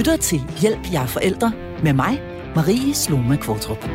lytter til Hjælp jer forældre med mig, Marie Sloma Kvartrup.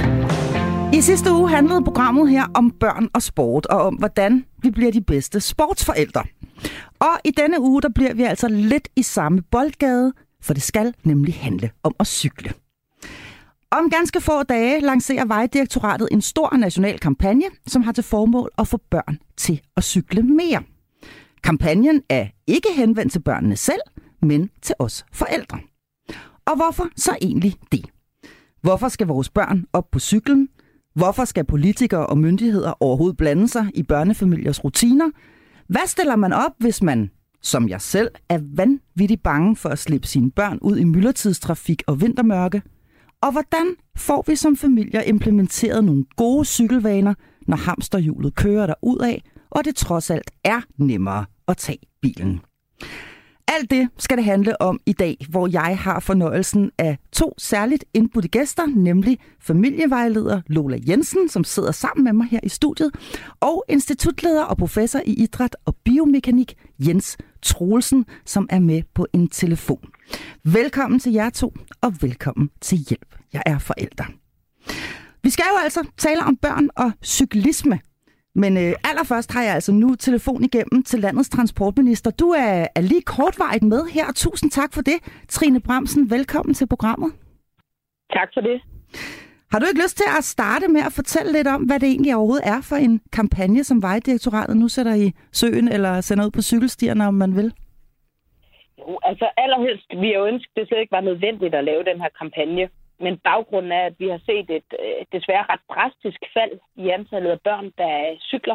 I sidste uge handlede programmet her om børn og sport, og om hvordan vi bliver de bedste sportsforældre. Og i denne uge, der bliver vi altså lidt i samme boldgade, for det skal nemlig handle om at cykle. Om ganske få dage lancerer Vejdirektoratet en stor national kampagne, som har til formål at få børn til at cykle mere. Kampagnen er ikke henvendt til børnene selv, men til os forældre. Og hvorfor så egentlig det? Hvorfor skal vores børn op på cyklen? Hvorfor skal politikere og myndigheder overhovedet blande sig i børnefamiliers rutiner? Hvad stiller man op, hvis man, som jeg selv, er vanvittigt bange for at slippe sine børn ud i myldretidstrafik og vintermørke? Og hvordan får vi som familier implementeret nogle gode cykelvaner, når hamsterhjulet kører derudad, og det trods alt er nemmere at tage bilen? Alt det skal det handle om i dag, hvor jeg har fornøjelsen af to særligt indbudte gæster, nemlig familievejleder Lola Jensen, som sidder sammen med mig her i studiet, og institutleder og professor i idræt og biomekanik Jens Troelsen, som er med på en telefon. Velkommen til jer to, og velkommen til Hjælp. Jeg er forælder. Vi skal jo altså tale om børn og cyklisme. Men allerførst har jeg altså nu telefon igennem til landets transportminister. Du er lige kortvarigt med her, og tusind tak for det. Trine Bramsen, velkommen til programmet. Tak for det. Har du ikke lyst til at starte med at fortælle lidt om, hvad det egentlig overhovedet er for en kampagne, som Vejdirektoratet nu sætter i søen, eller sender ud på cykelstierne, om man vil? Jo, altså allerhelst, vi har jo ønsket, det slet ikke var nødvendigt at lave den her kampagne. Men baggrunden er, at vi har set et desværre ret drastisk fald i antallet af børn, der cykler,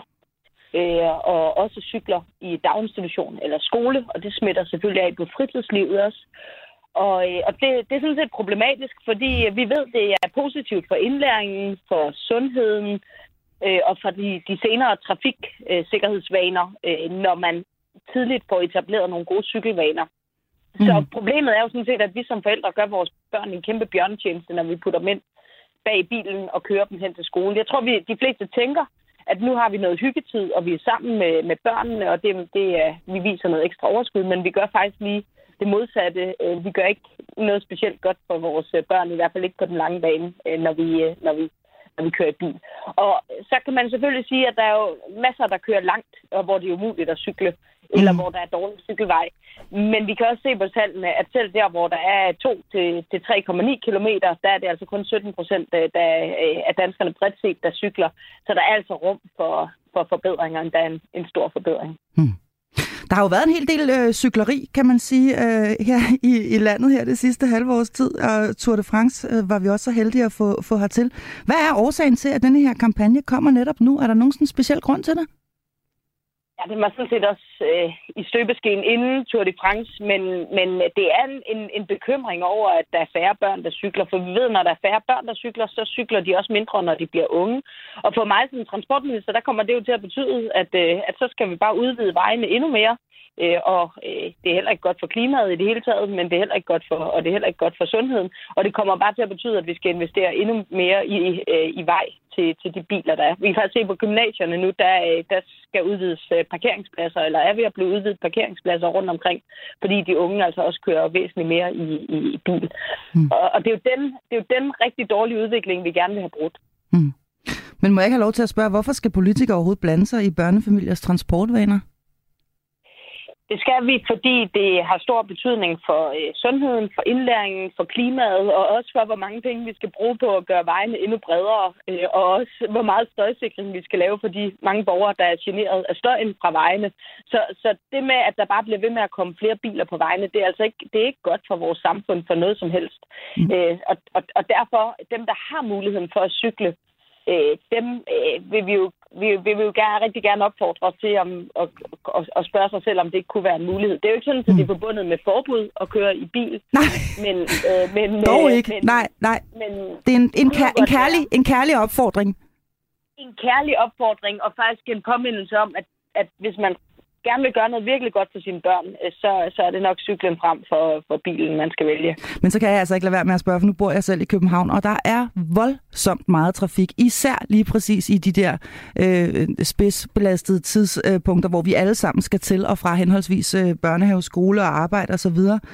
og også cykler i daginstitution eller skole, og det smitter selvfølgelig af på fritidslivet også. Og det er sådan set problematisk, fordi vi ved, at det er positivt for indlæringen, for sundheden og for de senere trafiksikkerhedsvaner, når man tidligt får etableret nogle gode cykelvaner. Så problemet er jo sådan set, at vi som forældre gør vores børn en kæmpe bjørnetjeneste, når vi putter dem ind bag bilen og kører dem hen til skole. Jeg tror, de fleste tænker, at nu har vi noget hyggetid, og vi er sammen med børnene, og vi viser noget ekstra overskud, men vi gør faktisk lige det modsatte. Vi gør ikke noget specielt godt for vores børn, i hvert fald ikke på den lange bane, når vi kører i bil. Og så kan man selvfølgelig sige, at der er jo masser, der kører langt, og hvor det er umuligt at cykle, eller hvor der er dårlig cykelvej. Men vi kan også se på tallene, at selv der, hvor der er 2-3,9 kilometer, der er det altså kun 17% af danskerne bredt set, der cykler. Så der er altså rum for forbedringer, endda en stor forbedring. Der har jo været en hel del cykleri, kan man sige, her i landet her det sidste halve års tid, og Tour de France var vi også så heldige at få hertil. Hvad er årsagen til, at denne her kampagne kommer netop nu? Er der nogen sådan speciel grund til det? Ja, det var sådan set også i støbeskeen inden Tour de France, men det er en bekymring over, at der er færre børn, der cykler. For vi ved, når der er færre børn, der cykler, så cykler de også mindre, når de bliver unge. Og for mig som transportminister, der kommer det jo til at betyde, at så skal vi bare udvide vejene endnu mere. Og det er heller ikke godt for klimaet i det hele taget, men det er heller ikke godt for sundheden. Og det kommer bare til at betyde, at vi skal investere endnu mere i vej til de biler, der er. Vi kan faktisk se på gymnasierne nu, der skal udvides parkeringspladser, eller er ved at blive udvidet parkeringspladser rundt omkring, fordi de unge altså også kører væsentligt mere i bil. Og det er jo den rigtig dårlige udvikling, vi gerne vil have brudt. Men må jeg ikke have lov til at spørge, hvorfor skal politikere overhovedet blande sig i børnefamiliers transportvaner? Det skal vi, fordi det har stor betydning for sundheden, for indlæringen, for klimaet, og også for, hvor mange penge vi skal bruge på at gøre vejene endnu bredere, og også hvor meget støjsikring vi skal lave for de mange borgere, der er generet af støjen fra vejene. Så det med, at der bare bliver ved med at komme flere biler på vejene, det er ikke godt for vores samfund for noget som helst. Og derfor, dem, der har muligheden for at cykle, dem vil vi jo rigtig gerne opfordre til at spørge sig selv, om det ikke kunne være en mulighed. Det er jo ikke sådan, at det er forbundet med forbud at køre i bil. Nej, men dog ikke. Nej. Men det er en kærlig opfordring. En kærlig opfordring, og faktisk en påmindelse om, at hvis man gerne vil gøre noget virkelig godt for sine børn, så er det nok cyklen frem for bilen, man skal vælge. Men så kan jeg altså ikke lade være med at spørge, for nu bor jeg selv i København, og der er voldsomt meget trafik, især lige præcis i de der spidsbelastede tidspunkter, hvor vi alle sammen skal til og fra henholdsvis børnehave, skole og arbejde osv.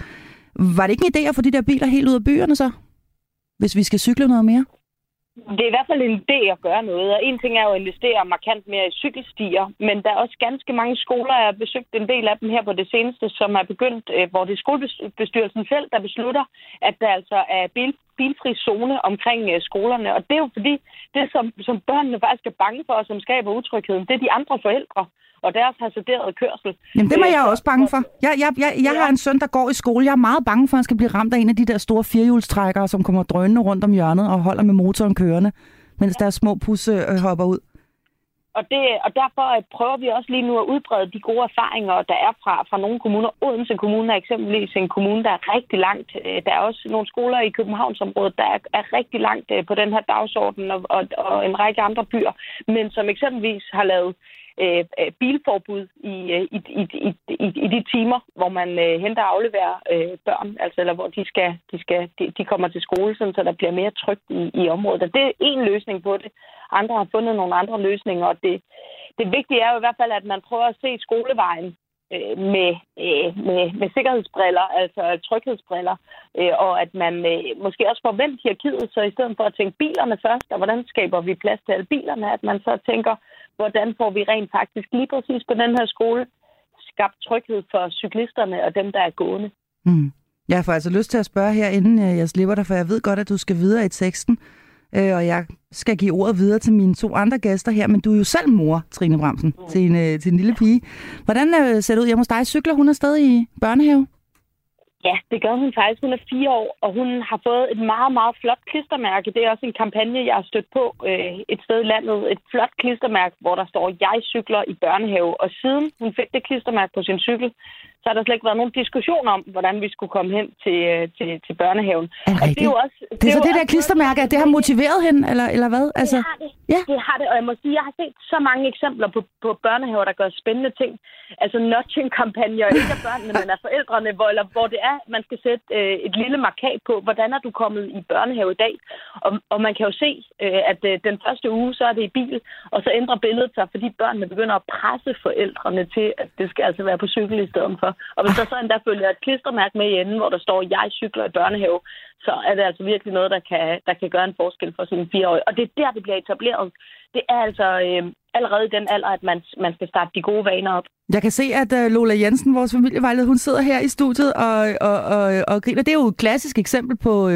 Var det ikke en idé at få de der biler helt ud af byerne så? Hvis vi skal cykle noget mere? Det er i hvert fald en idé at gøre noget, og en ting er jo at investere markant mere i cykelstier, men der er også ganske mange skoler, jeg har besøgt en del af dem her på det seneste, som er begyndt, hvor det er skolebestyrelsen selv, der beslutter, at der altså er bilfri zone omkring skolerne, og det er jo fordi, det som børnene faktisk er bange for, og som skaber utrygheden, det er de andre forældre og deres hasarderede kørsel. Jamen, det var jeg også bange for. Jeg har en søn, der går i skole. Jeg er meget bange for, at han skal blive ramt af en af de der store firehjulstrækkere, som kommer drønende rundt om hjørnet og holder med motoren kørende, mens der er små pusse hopper ud. Og derfor prøver vi også lige nu at udbrede de gode erfaringer, der er fra nogle kommuner. Odense Kommune er eksempelvis en kommune, der er rigtig langt. Der er også nogle skoler i Københavnsområdet, der er rigtig langt på den her dagsorden, og en række andre byer, men som eksempelvis har lavet bilforbud i de timer, hvor man henter og afleverer børn, altså eller hvor de kommer til skole, sådan, så der bliver mere trygt i området. Og det er en løsning på det. Andre har fundet nogle andre løsninger, og det vigtige er jo i hvert fald, at man prøver at se skolevejen med sikkerhedsbriller, altså tryghedsbriller, og at man måske også får vendt hierarkiet, så i stedet for at tænke bilerne først, og hvordan skaber vi plads til alle bilerne, at man så tænker, hvordan får vi rent faktisk lige præcis på den her skole skabt tryghed for cyklisterne og dem, der er gående. Jeg får altså lyst til at spørge her, inden jeg slipper dig, for jeg ved godt, at du skal videre i teksten, og jeg skal give ordet videre til mine 2 andre gæster her, men du er jo selv mor, Trine Bramsen, til en lille pige. Hvordan ser det ud hjemme hos dig? Cykler hun afsted i børnehave? Ja, det gør hun faktisk. Hun er 4 år, og hun har fået et meget, meget flot klistermærke. Det er også en kampagne, jeg har stødt på et sted i landet. Et flot klistermærke, hvor der står, jeg cykler i børnehave. Og siden hun fik det klistermærke på sin cykel, så har der slet ikke været nogen diskussion om, hvordan vi skulle komme hen til børnehaven. Og det er jo også... Det er så det der klistermærke, at det har motiveret hende, eller hvad? Altså, det har det. Ja. Det har det, og jeg må sige, jeg har set så mange eksempler på børnehaver, der gør spændende ting. Altså nudging-kampagner, ikke af børnene, men af forældrene, hvor det er, man skal sætte et lille markat på, hvordan er du kommet i børnehave i dag. Og man kan jo se, at den første uge, så er det i bil, og så ændrer billedet sig, fordi børnene begynder at presse forældrene til, at det skal altså være på cykel i stedet for. Og hvis der så endda følger et klistermærke med i enden, hvor der står, jeg cykler i børnehave, så er det altså virkelig noget, der kan gøre en forskel for sådan en 4-årig. Og det er der, det bliver etableret. Det er altså allerede i den alder, at man skal starte de gode vaner op. Jeg kan se, at Lola Jensen, vores familievejleder, hun sidder her i studiet og griner. Det er jo et klassisk eksempel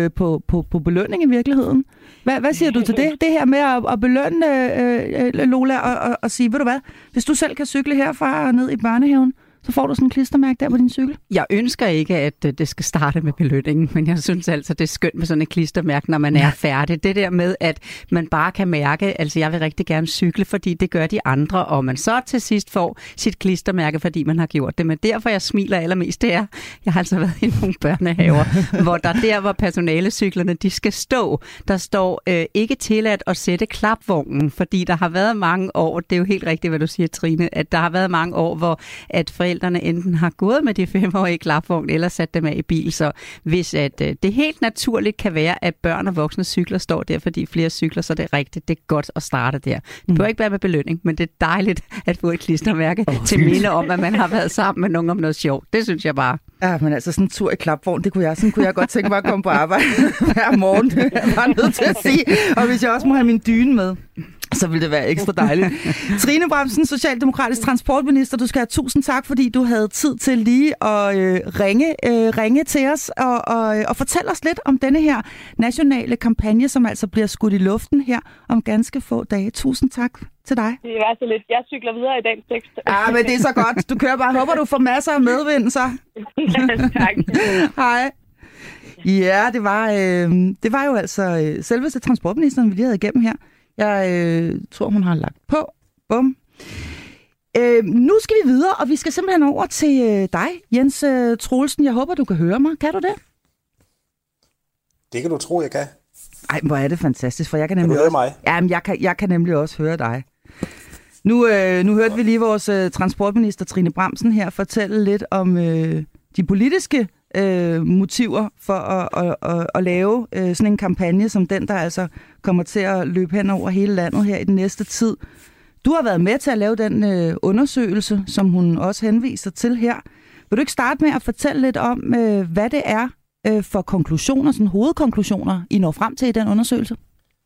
på belønning i virkeligheden. Hvad siger du til det? Det her med at belønne Lola og sige, ved du hvad, hvis du selv kan cykle herfra og ned i børnehaven, så får du sådan en klistermærke der på din cykel? Jeg ønsker ikke, at det skal starte med belønningen, men jeg synes altså, det er skønt med sådan et klistermærke, når man er færdig. Det der med, at man bare kan mærke, altså jeg vil rigtig gerne cykle, fordi det gør de andre, og man så til sidst får sit klistermærke, fordi man har gjort det. Men derfor jeg smiler allermest, det er, jeg har altså været i nogle børnehaver, hvor personalecyklerne, de skal stå. Der står ikke tilladt at sætte klapvognen, fordi der har været mange år, det er jo helt rigtigt, hvad du siger, Trine, at der har været mange år, hvor at forældrene enten har gået med de 5-årige klapvogn, eller sat dem af i bil. Så hvis at det helt naturligt kan være, at børn og voksne cykler står der, fordi flere cykler, så det er rigtigt. Det er godt at starte der. Det bør ikke være med belønning, men det er dejligt at få et klistermærke til minde om, at man har været sammen med nogen om noget sjovt. Det synes jeg bare. Ja, men altså sådan en tur i klapvogn, sådan kunne jeg godt tænke mig at komme på arbejde hver morgen. Jeg var nødt til at sige. Og hvis jeg også må have min dyne med, så vil det være ekstra dejligt. Trine Bramsen, socialdemokratisk transportminister, du skal have 1000 tak, fordi du havde tid til lige at ringe til os og fortælle os lidt om denne her nationale kampagne, som altså bliver skudt i luften her om ganske få dage. 1000 tak til dig. Det er så lidt. Jeg cykler videre i dagens tekst. Ja, men det er så godt. Du kører bare. Håber, du får masser af medvind, så. Tak. Hej. Ja, det var jo altså selveste transportministeren, vi lige havde igennem her. Jeg tror, hun har lagt på. Bum. Nu skal vi videre, og vi skal simpelthen over til dig, Jens Troelsen. Jeg håber, du kan høre mig. Kan du det? Det kan du tro, jeg kan. Ej, hvor er det fantastisk, for jeg kan nemlig høre mig. Jamen, jeg kan nemlig også høre dig. Nu hørte vi lige vores transportminister Trine Bramsen her fortælle lidt om de politiske motiver for at lave sådan en kampagne som den, der altså kommer til at løbe hen over hele landet her i den næste tid. Du har været med til at lave den undersøgelse, som hun også henviser til her. Vil du ikke starte med at fortælle lidt om, hvad det er for konklusioner, sådan hovedkonklusioner, I når frem til i den undersøgelse?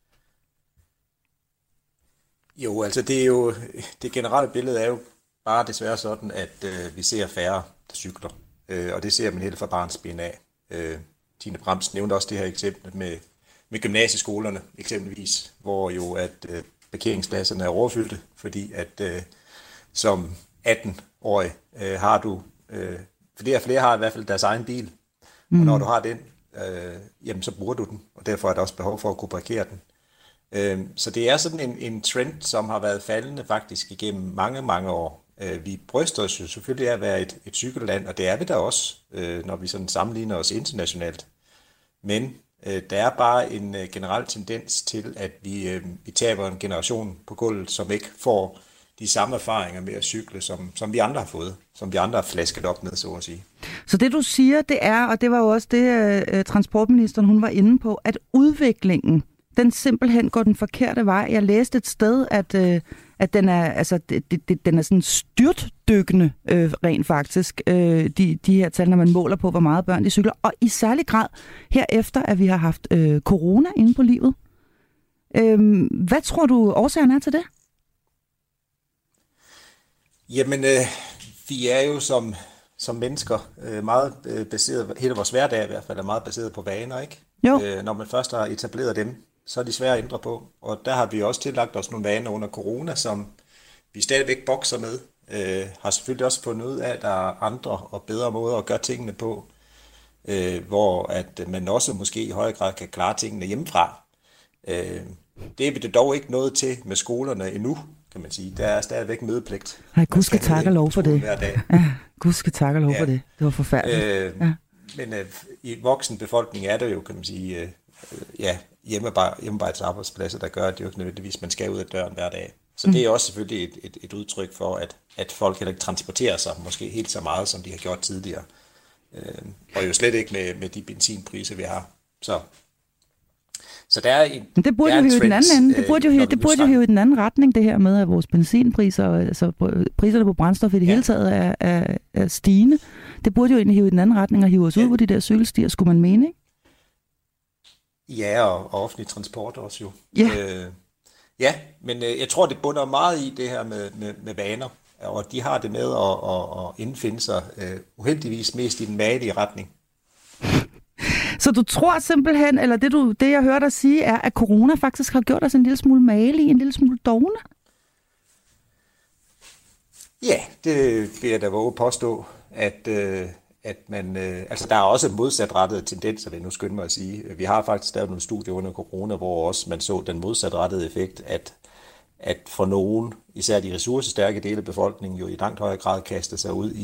Jo, altså det generelle billede er jo bare desværre sådan, at vi ser færre, der cykler. Og det ser man helt fra barnsben af. Tine Bremsen nævnte også det her eksempel med gymnasieskolerne eksempelvis, hvor jo at parkeringspladserne er overfyldte, fordi at som 18-årig har du, flere og flere har i hvert fald deres egen bil, og når du har den, jamen så bruger du den, og derfor er der også behov for at kunne parkere den. Så det er sådan en trend, som har været faldende faktisk igennem mange, mange år. Vi bryster os jo selvfølgelig af at være et cykelland, og det er vi da også, når vi sådan sammenligner os internationalt. Men der er bare en generel tendens til, at vi taber en generation på gulvet, som ikke får de samme erfaringer med at cykle, som vi andre har fået, som vi andre har flasket op med, så at sige. Så det du siger, det er, og det var jo også det, transportministeren hun var inde på, at udviklingen, den simpelthen går den forkerte vej. Jeg læste et sted, at den er, altså, den er sådan styrtdykkende rent faktisk, de her tal, når man måler på, hvor meget børn de cykler. Og i særlig grad herefter, at vi har haft corona inde på livet. Hvad tror du årsagen er til det? Jamen, vi er jo som mennesker meget baseret, hele vores hverdag i hvert fald er meget baseret på vaner, ikke? Jo. Når man først har etableret dem, så er de svære at ændre på. Og der har vi også tillagt os nogle vaner under corona, som vi stadigvæk bokser med. Har selvfølgelig også fundet ud af, at der er andre og bedre måder at gøre tingene på, hvor at man også måske i højere grad kan klare tingene hjemmefra. Det er vi det dog ikke nået til med skolerne endnu, kan man sige. Der er stadigvæk mødepligt. Nej, Gud skal takke og lov for det. Hver dag. Ja, Gud skal takke og lov for det. Det var forfærdeligt. Men i voksenbefolkningen er der jo, kan man sige, hjemmebejdsarbejdspladser, der gør, at det jo ikke nødvendigvis, man skal ud af døren hver dag. Så det er også selvfølgelig et udtryk for, at folk heller ikke transporterer sig måske helt så meget, som de har gjort tidligere. Og jo slet ikke med de benzinpriser, vi har. Så der er en men det burde jo hive i den anden ende. Det burde jo hive i den anden retning, det her med, at vores benzinpriser, altså priserne på brændstof i det hele taget er stigende. Det burde jo egentlig hive i den anden retning og hive os ud på de der cykelstier, skulle man mene, ikke? Ja, og offentlig transport også jo. Ja. Men jeg tror, det bunder meget i det her med vaner, og de har det med at indfinde sig uheldigvis mest i den magelige retning. Så du tror simpelthen, eller det jeg hører dig sige, er, at corona faktisk har gjort os en lille smule magelige, en lille smule dovne? Ja, det vil jeg da våge påstå, at man, altså der er også modsatrettede tendenser, vil jeg nu skynde mig at sige. Vi har faktisk lavet nogle studier under corona, hvor også man så den modsatrettede effekt, at for nogen, især de ressourcestærke dele af befolkningen, jo i langt højere grad kastede sig ud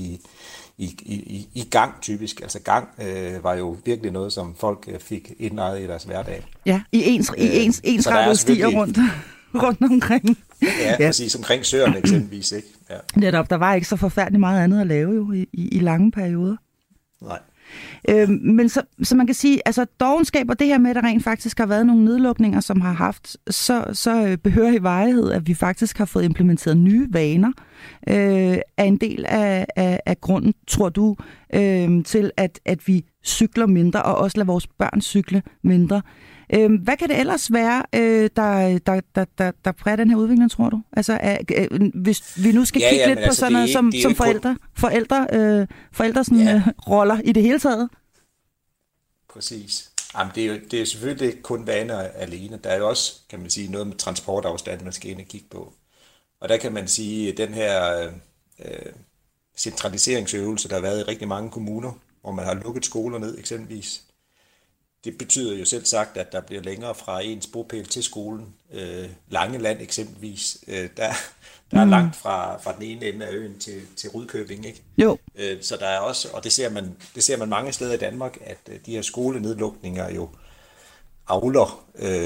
i gang typisk. Altså gang var jo virkelig noget, som folk fik indejet i deres hverdag. Ja, i ensrettede stier rundt omkring. Ja, præcis omkring søerne eksempelvis, ikke? Ja. Netop, der var ikke så forfærdeligt meget andet at lave jo i lange perioder. Nej. Men så man kan sige, altså dovenskab og det her med, at der rent faktisk har været nogle nedlukninger, som har haft så behørig varighed, at vi faktisk har fået implementeret nye vaner, er en del af grunden, tror du, til at vi cykler mindre, og også lader vores børn cykle mindre. Hvad kan det ellers være, der præger den her udvikling, tror du? Altså, hvis vi nu skal kigge lidt på sådan noget som forældre sådan, roller i det hele taget? Præcis. Jamen, det er selvfølgelig ikke kun vaner alene. Der er jo også, kan man sige, noget med transportafstand, man skal ind og kigge på. Og der kan man sige, at den her centraliseringsøvelse, der har været i rigtig mange kommuner, hvor man har lukket skoler ned eksempelvis, det betyder jo selv sagt, at der bliver længere fra ens bopæl til skolen. Langeland eksempelvis, der er langt fra den ene ende af øen til Rudkøbing, ikke? Jo. Så der er også, og det ser man mange steder i Danmark, at de her skolenedlukninger jo avler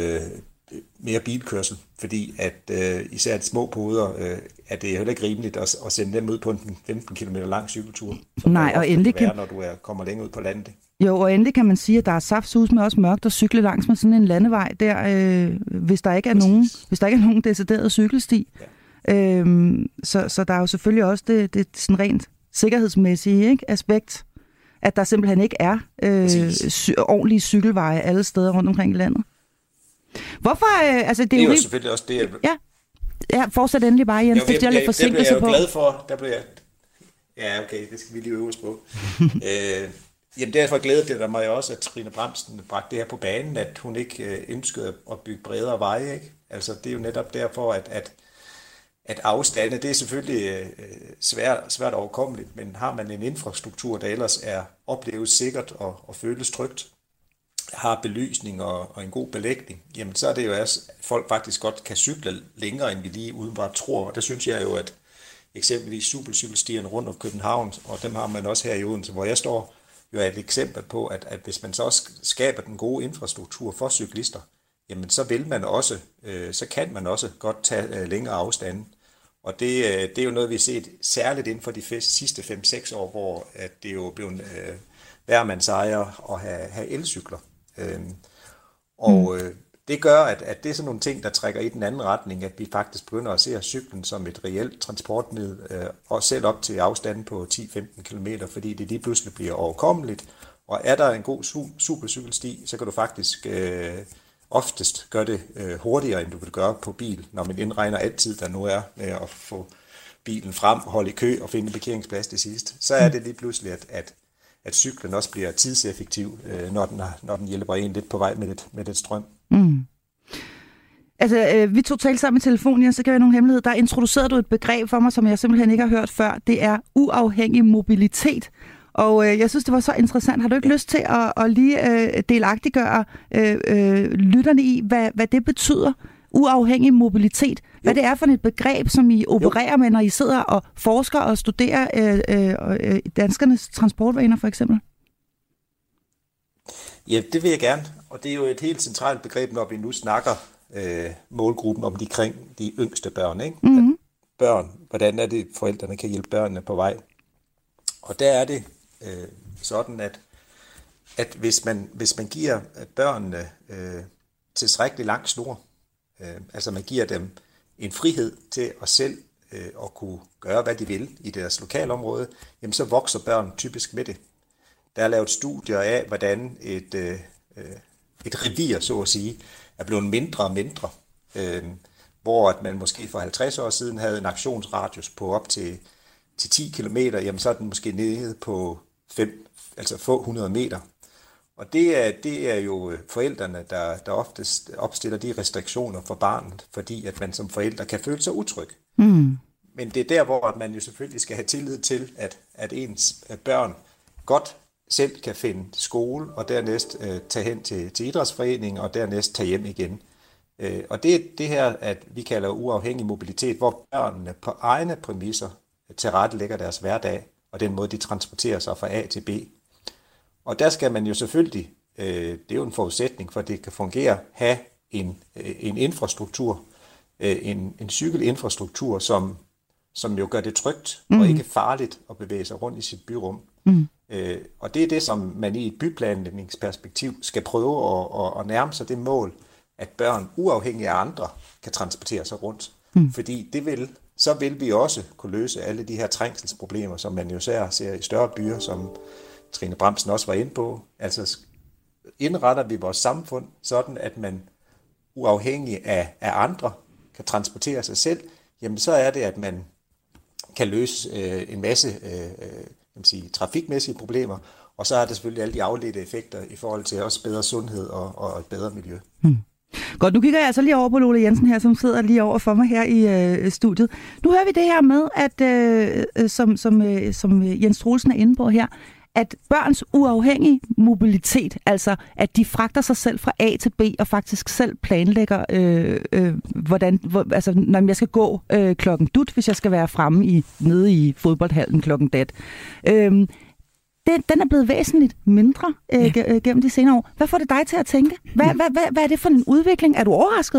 mere bilkørsel, fordi at især de små poder er det heller ikke rimeligt at sende dem ud på en 15 km lang cykeltur. Nej, og endelig kan når du kommer længere ud på landet. Jo, og endelig kan man sige, at der er saftsus med også mørkt at cykle langs med sådan en landevej der, hvis der ikke er nogen decideret cykelsti. Ja. Så der er jo selvfølgelig også det sådan rent sikkerhedsmæssige aspekt, at der simpelthen ikke er ordentlige cykelveje alle steder rundt omkring i landet. Hvorfor? Det er jo selvfølgelig også det. Ja, fortsæt endelig bare, Jens. Det er lidt forsinkelse på. Der bliver jeg jo glad for. Ja, okay, det skal vi lige øve os på. Jamen derfor glæder det mig også, at Trine Bramsen bragte det her på banen, at hun ikke ønskede at bygge bredere veje. Ikke? Altså det er jo netop derfor, at afstande, det er selvfølgelig svært overkommeligt, men har man en infrastruktur, der ellers opleves sikkert og føles trygt, har belysning og en god belægning, jamen så er det jo også, at folk faktisk godt kan cykle længere, end vi lige udenbart tror. Og der synes jeg jo, at eksempelvis supercykelstierne rundt om København, og dem har man også her i Odense, hvor jeg står, jo er et eksempel på, at hvis man så også skaber den gode infrastruktur for cyklister, jamen så vil man også, så kan man også godt tage længere afstande. Og det er jo noget, vi har set særligt inden for de sidste 5-6 år, hvor at det er jo blevet hvermandsejer at have elcykler. Det gør, at det er sådan nogle ting, der trækker i den anden retning, at vi faktisk begynder at se cyklen som et reelt transportmiddel, og selv op til afstanden på 10-15 km, fordi det lige pludselig bliver overkommeligt. Og er der en god supercykelsti, så kan du faktisk oftest gøre det hurtigere, end du vil gøre på bil, når man indregner altid, der nu er med at få bilen frem, holde i kø og finde en parkeringsplads til sidst. Så er det lige pludselig, at cyklen også bliver tidseffektiv, når den hjælper en lidt på vej med lidt strøm. Mm. Altså, vi tog tale sammen i telefonen, så kan jeg nogle hemmelighed. Der introducerede du et begreb for mig, som jeg simpelthen ikke har hørt før. Det er uafhængig mobilitet. Og jeg synes, det var så interessant. Har du ikke lyst til at lige delagtiggøre lytterne i, hvad det betyder? Uafhængig mobilitet. Hvad det er for et begreb, som I opererer med, når I sidder og forsker og studerer danskernes transportvaner, for eksempel? Ja, det vil jeg gerne. Og det er jo et helt centralt begreb, når vi nu snakker målgruppen om de yngste børn. Ikke? Mm-hmm. Børn, hvordan er det, forældrene kan hjælpe børnene på vej? Og der er det sådan, at hvis man giver børnene tilstrækkeligt lang snor, altså man giver dem en frihed til at selv at kunne gøre, hvad de vil i deres lokalområde, jamen så vokser børn typisk med det. Der er lavet studier af, hvordan et revir, så at sige, er blevet mindre og mindre, hvor at man måske for 50 år siden havde en aktionsradius på op til 10 km, jamen så er den måske nede på få 100 meter. Og det er jo forældrene, der oftest opstiller de restriktioner for barnet, fordi at man som forælder kan føle sig utryg. Mm. Men det er der, hvor man jo selvfølgelig skal have tillid til, at ens børn godt selv kan finde skole, og dernæst tage hen til idrætsforeningen, og dernæst tage hjem igen. Og det er det her, at vi kalder uafhængig mobilitet, hvor børnene på egne præmisser tilrettelægger deres hverdag, og den måde, de transporterer sig fra A til B. Og der skal man jo selvfølgelig, det er jo en forudsætning for, at det kan fungere, have en infrastruktur, en cykelinfrastruktur, som jo gør det trygt og ikke farligt at bevæge sig rundt i sit byrum. Mm. Og det er det, som man i et byplanlægningsperspektiv skal prøve at nærme sig det mål, at børn uafhængigt af andre kan transportere sig rundt. Mm. Fordi så vil vi også kunne løse alle de her trængselsproblemer, som man jo ser i større byer, som Trine Bramsen også var inde på. Altså indretter vi vores samfund sådan, at man uafhængig af andre kan transportere sig selv, jamen så er det, at man kan løse en masse trafikmæssige problemer, og så er der selvfølgelig alle de afledte effekter i forhold til også bedre sundhed og et bedre miljø. Hmm. Godt, nu kigger jeg altså lige over på Lola Jensen her, som sidder lige over for mig her i studiet. Nu hører vi det her med, at som Jens Troelsen er inde på her, at børns uafhængige mobilitet, altså at de fragter sig selv fra A til B og faktisk selv planlægger, når jeg skal gå klokken dut, hvis jeg skal være fremme nede i fodboldhallen klokken dat. Den er blevet væsentligt mindre gennem de senere år. Hvad får det dig til at tænke? Hvad er det for en udvikling? Er du overrasket over det?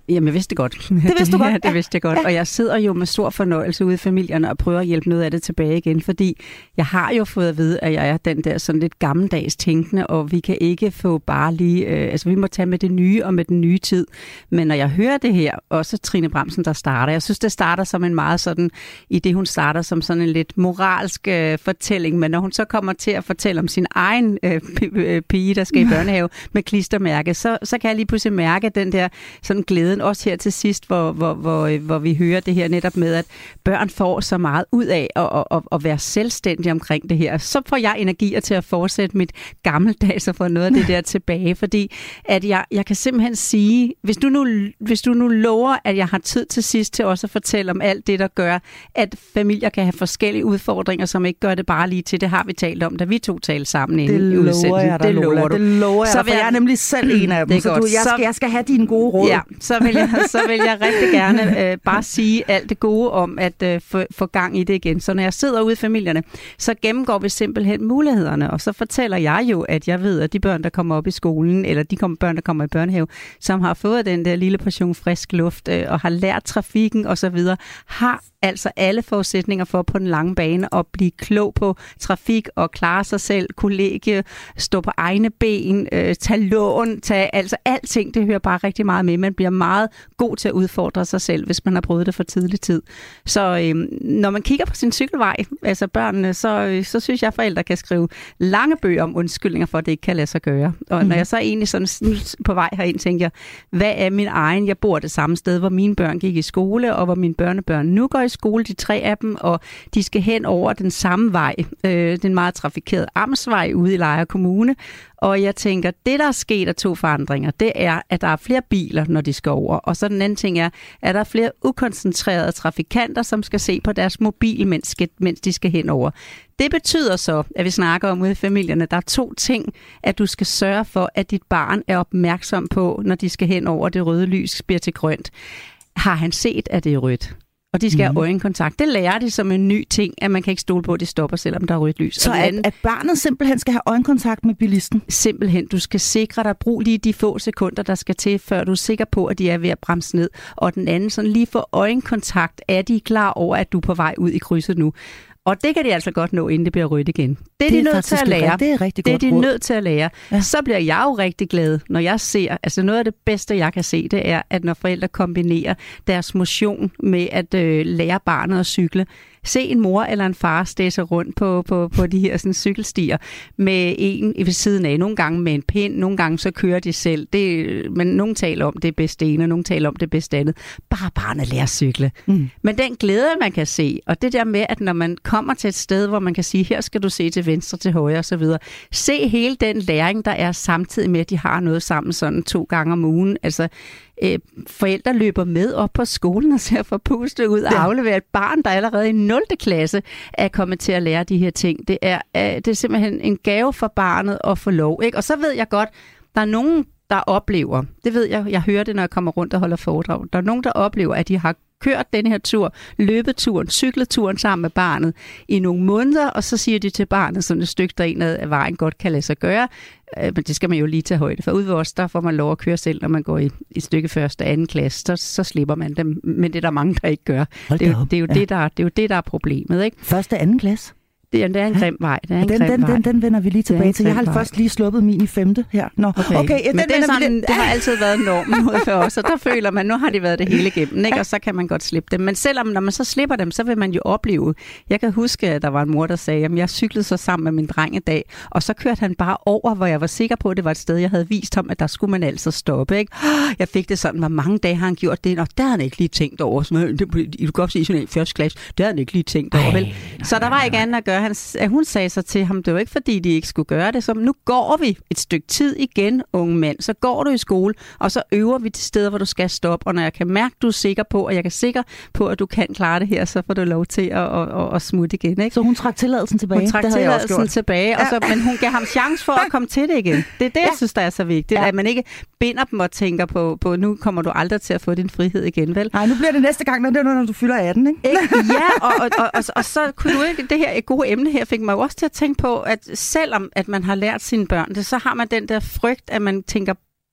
Jamen, jeg vidste det godt. Det vidste du godt? Ja, det vidste jeg godt. Ja. Og jeg sidder jo med stor fornøjelse ude i familierne og prøver at hjælpe noget af det tilbage igen, fordi jeg har jo fået at vide, at jeg er den der sådan lidt gammeldags tænkende, og vi kan ikke få bare lige... vi må tage med det nye og med den nye tid. Men når jeg hører det her, også Trine Bramsen, der starter, jeg synes, det starter som en meget sådan... I det, hun starter som sådan en lidt moralsk fortælling, men når hun så kommer til at fortælle om sin egen pige, der skal i børnehave med klistermærke, så kan jeg lige pludselig mærke den der sådan glæden, også her til sidst, hvor vi hører det her netop med, at børn får så meget ud af at være selvstændige omkring det her. Så får jeg energier til at fortsætte mit gammeldags og få noget af det der tilbage, fordi at jeg kan simpelthen sige, hvis du nu lover, at jeg har tid til sidst til også at fortælle om alt det, der gør, at familier kan have forskellige udfordringer, som ikke gør det bare lige til. Det har vi talt om, da vi to talte sammen i udsendelsen. Det lover jeg, for jeg er nemlig selv en af dem, så jeg skal have dine gode råd. Ja, så vil jeg rigtig gerne bare sige alt det gode om at få gang i det igen. Så når jeg sidder ude i familierne, så gennemgår vi simpelthen mulighederne, og så fortæller jeg jo, at jeg ved, at de børn, der kommer op i skolen, eller de børn, der kommer i børnehave, som har fået den der lille portion frisk luft og har lært trafikken osv., har altså alle forudsætninger for på den lange bane at blive klog på trafik og klare sig selv, kollegie, stå på egne ben, tage lån, altså alting, det hører bare rigtig meget med. Man bliver meget god til at udfordre sig selv, hvis man har prøvet det for tidlig tid. Så når man kigger på sin cykelvej, altså børnene, så synes jeg, at forældre kan skrive lange bøger om undskyldninger for, at det ikke kan lade sig gøre. Og når jeg så egentlig sådan på vej herind tænker, hvad er min egen? Jeg bor det samme sted, hvor mine børn gik i skole, og hvor mine børnebørn nu går i skole, de 3 af dem, og de skal hen over den samme vej, den meget trafikerede Amtsvej ude i Lejre Kommune. Og jeg tænker, det der er sket af 2 forandringer, det er, at der er flere biler, når de skal over. Og så den anden ting er, at der er flere ukoncentrerede trafikanter, som skal se på deres mobil, mens de skal hen over. Det betyder så, at vi snakker om ude i familierne, der er 2 ting, at du skal sørge for, at dit barn er opmærksom på, når de skal hen over det røde lys, bliver til grønt. Har han set, at det er rødt? Og de skal have øjenkontakt. Det lærer de som en ny ting, at man kan ikke stole på, at det stopper, selvom der er rødt lys. Så at barnet simpelthen skal have øjenkontakt med bilisten? Simpelthen. Du skal sikre dig, brug lige de få sekunder, der skal til, før du er sikker på, at de er ved at bremse ned. Og den anden, sådan lige for øjenkontakt, er de klar over, at du er på vej ud i krydset nu. Og det kan de altså godt nå, inden det bliver rødt igen. Det er de nødt til at lære. Det er rigtig godt. Det er de nødt til at lære. Ja. Så bliver jeg jo rigtig glad, når jeg ser, altså noget af det bedste, jeg kan se, det er, at når forældre kombinerer deres motion med at lære barnet at cykle. Se en mor eller en far stæse rundt på de her sådan, cykelstier med en ved siden af. Nogle gange med en pind, nogle gange så kører de selv. Men nogen taler om det bedste ene, og nogen taler om det bedste andet. Bare barnet lærer at cykle. Men den glæde, man kan se, og det der med, at når man kommer til et sted, hvor man kan sige, her skal du se til venstre, til højre osv. Se hele den læring, der er samtidig med, at de har noget sammen sådan 2 gange om ugen. Altså, forældre løber med op på skolen og ser forpustet ud og afleverer et barn, der allerede i 0. klasse er kommet til at lære de her ting. Det er simpelthen en gave for barnet at få lov. Ikke? Og så ved jeg godt, der er nogen, der oplever, det ved jeg hører det, når jeg kommer rundt og holder foredrag, der er nogen, der oplever, at de har kørt den her tur, løbeturen, cykleturen sammen med barnet i nogle måneder, og så siger de til barnet sådan et stykke, der en af vejen godt kan lade sig gøre. Men det skal man jo lige tage højde for. Ude ved os, der får man lov at køre selv, når man går i stykke 1. og 2. klasse. Så slipper man dem, men det er der mange, der ikke gør. Det er jo det, der er problemet. Ikke? 1. og 2. klasse? Det er en grim vej. Den vender vi lige tilbage til. Jeg har først lige sluppet min i 5. her. Nå, okay men det har altid været normen for os, og der føler man, nu har de været det hele igennem, ikke? Og så kan man godt slippe dem. Men selvom, når man så slipper dem, så vil man jo opleve. Jeg kan huske, at der var en mor, der sagde, at jeg cyklede så sammen med min dreng i dag, og så kørte han bare over, hvor jeg var sikker på, at det var et sted, jeg havde vist ham, at der skulle man altså stoppe. Ikke? Jeg fik det sådan, hvor mange dage har han gjort det, og der havde han ikke lige tænkt over. Du kan godt sige sådan en 1. klasse, der havde han ikke lige tænkt over. Vel? Så der var ikke andet at gøre. Hun sagde så til ham, det var ikke fordi, de ikke skulle gøre det, så nu går vi et stykke tid igen, unge mand, så går du i skole, og så øver vi til steder, hvor du skal stoppe, og når jeg kan mærke, du er sikker på, og jeg kan sikker på, at du kan klare det her, så får du lov til at smutte igen. Ikke? Så hun trak tilladelsen tilbage? Hun trak tilladelsen tilbage, men hun gav ham chance for at komme til det igen. Det er det, jeg synes, der er så vigtigt, at man ikke binder dem og tænker på, nu kommer du aldrig til at få din frihed igen, vel? Nej, nu bliver det næste gang, når du fylder 18, ikke? Ja, og så kunne du ikke, det her gode emne her fik mig jo også til at tænke på, at selvom at man har lært sine børn det, så har man den der frygt, at man tænker,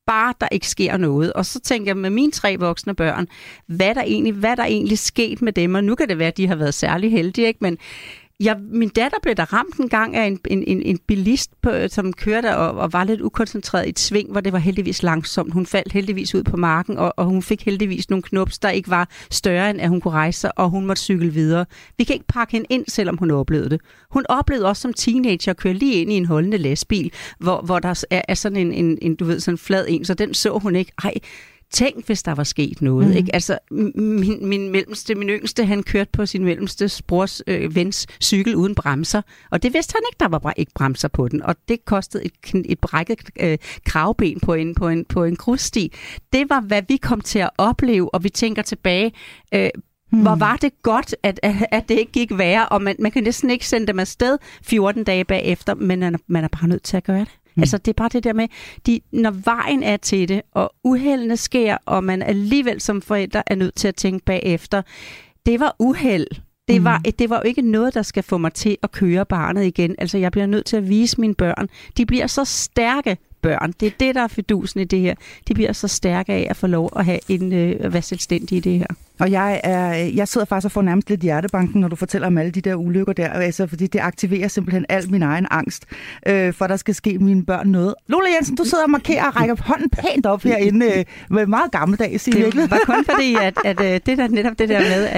bare der ikke sker noget. Og så tænker jeg med mine 3 voksne børn, hvad der egentlig sket med dem, og nu kan det være, at de har været særlig heldige, ikke? Men min datter blev der ramt en gang af en bilist, som kørte og var lidt ukoncentreret i et sving, hvor det var heldigvis langsomt. Hun faldt heldigvis ud på marken, og hun fik heldigvis nogle knups, der ikke var større, end at hun kunne rejse sig, og hun måtte cykle videre. Vi kan ikke pakke hende ind, selvom hun oplevede det. Hun oplevede også som teenager at køre lige ind i en holdende lastbil, hvor der er sådan en du ved, sådan en flad en, så den så hun ikke. Ej, tænk, hvis der var sket noget. Ikke? Altså, min yngste, han kørte på sin mellemste brors vens cykel uden bremser, og det vidste han ikke, der var ikke bremser på den, og det kostede et brækket kravben på en grussti. Det var, hvad vi kom til at opleve, og vi tænker tilbage, hvor var det godt, at det ikke gik værre, og man kan næsten ikke sende dem afsted 14 dage bagefter, men man er bare nødt til at gøre det. Altså, det er bare det der med, når vejen er til det, og uheldene sker, og man alligevel som forældre er nødt til at tænke bagefter, det var uheld. Det var jo ikke noget, der skal få mig til at køre barnet igen. Altså, jeg bliver nødt til at vise mine børn. De bliver så stærke børn. Det er det, der er fidusen i det her. De bliver så stærke af at få lov at have at være selvstændige i det her. Og jeg sidder faktisk og får nærmest lidt hjertebanken, når du fortæller om alle de der ulykker der, altså, fordi det aktiverer simpelthen al min egen angst, for der skal ske mine børn noget. Lola Jensen, du sidder og markerer og rækker hånden pænt op herinde med meget gammeldags. Det var kun fordi, at det der netop det der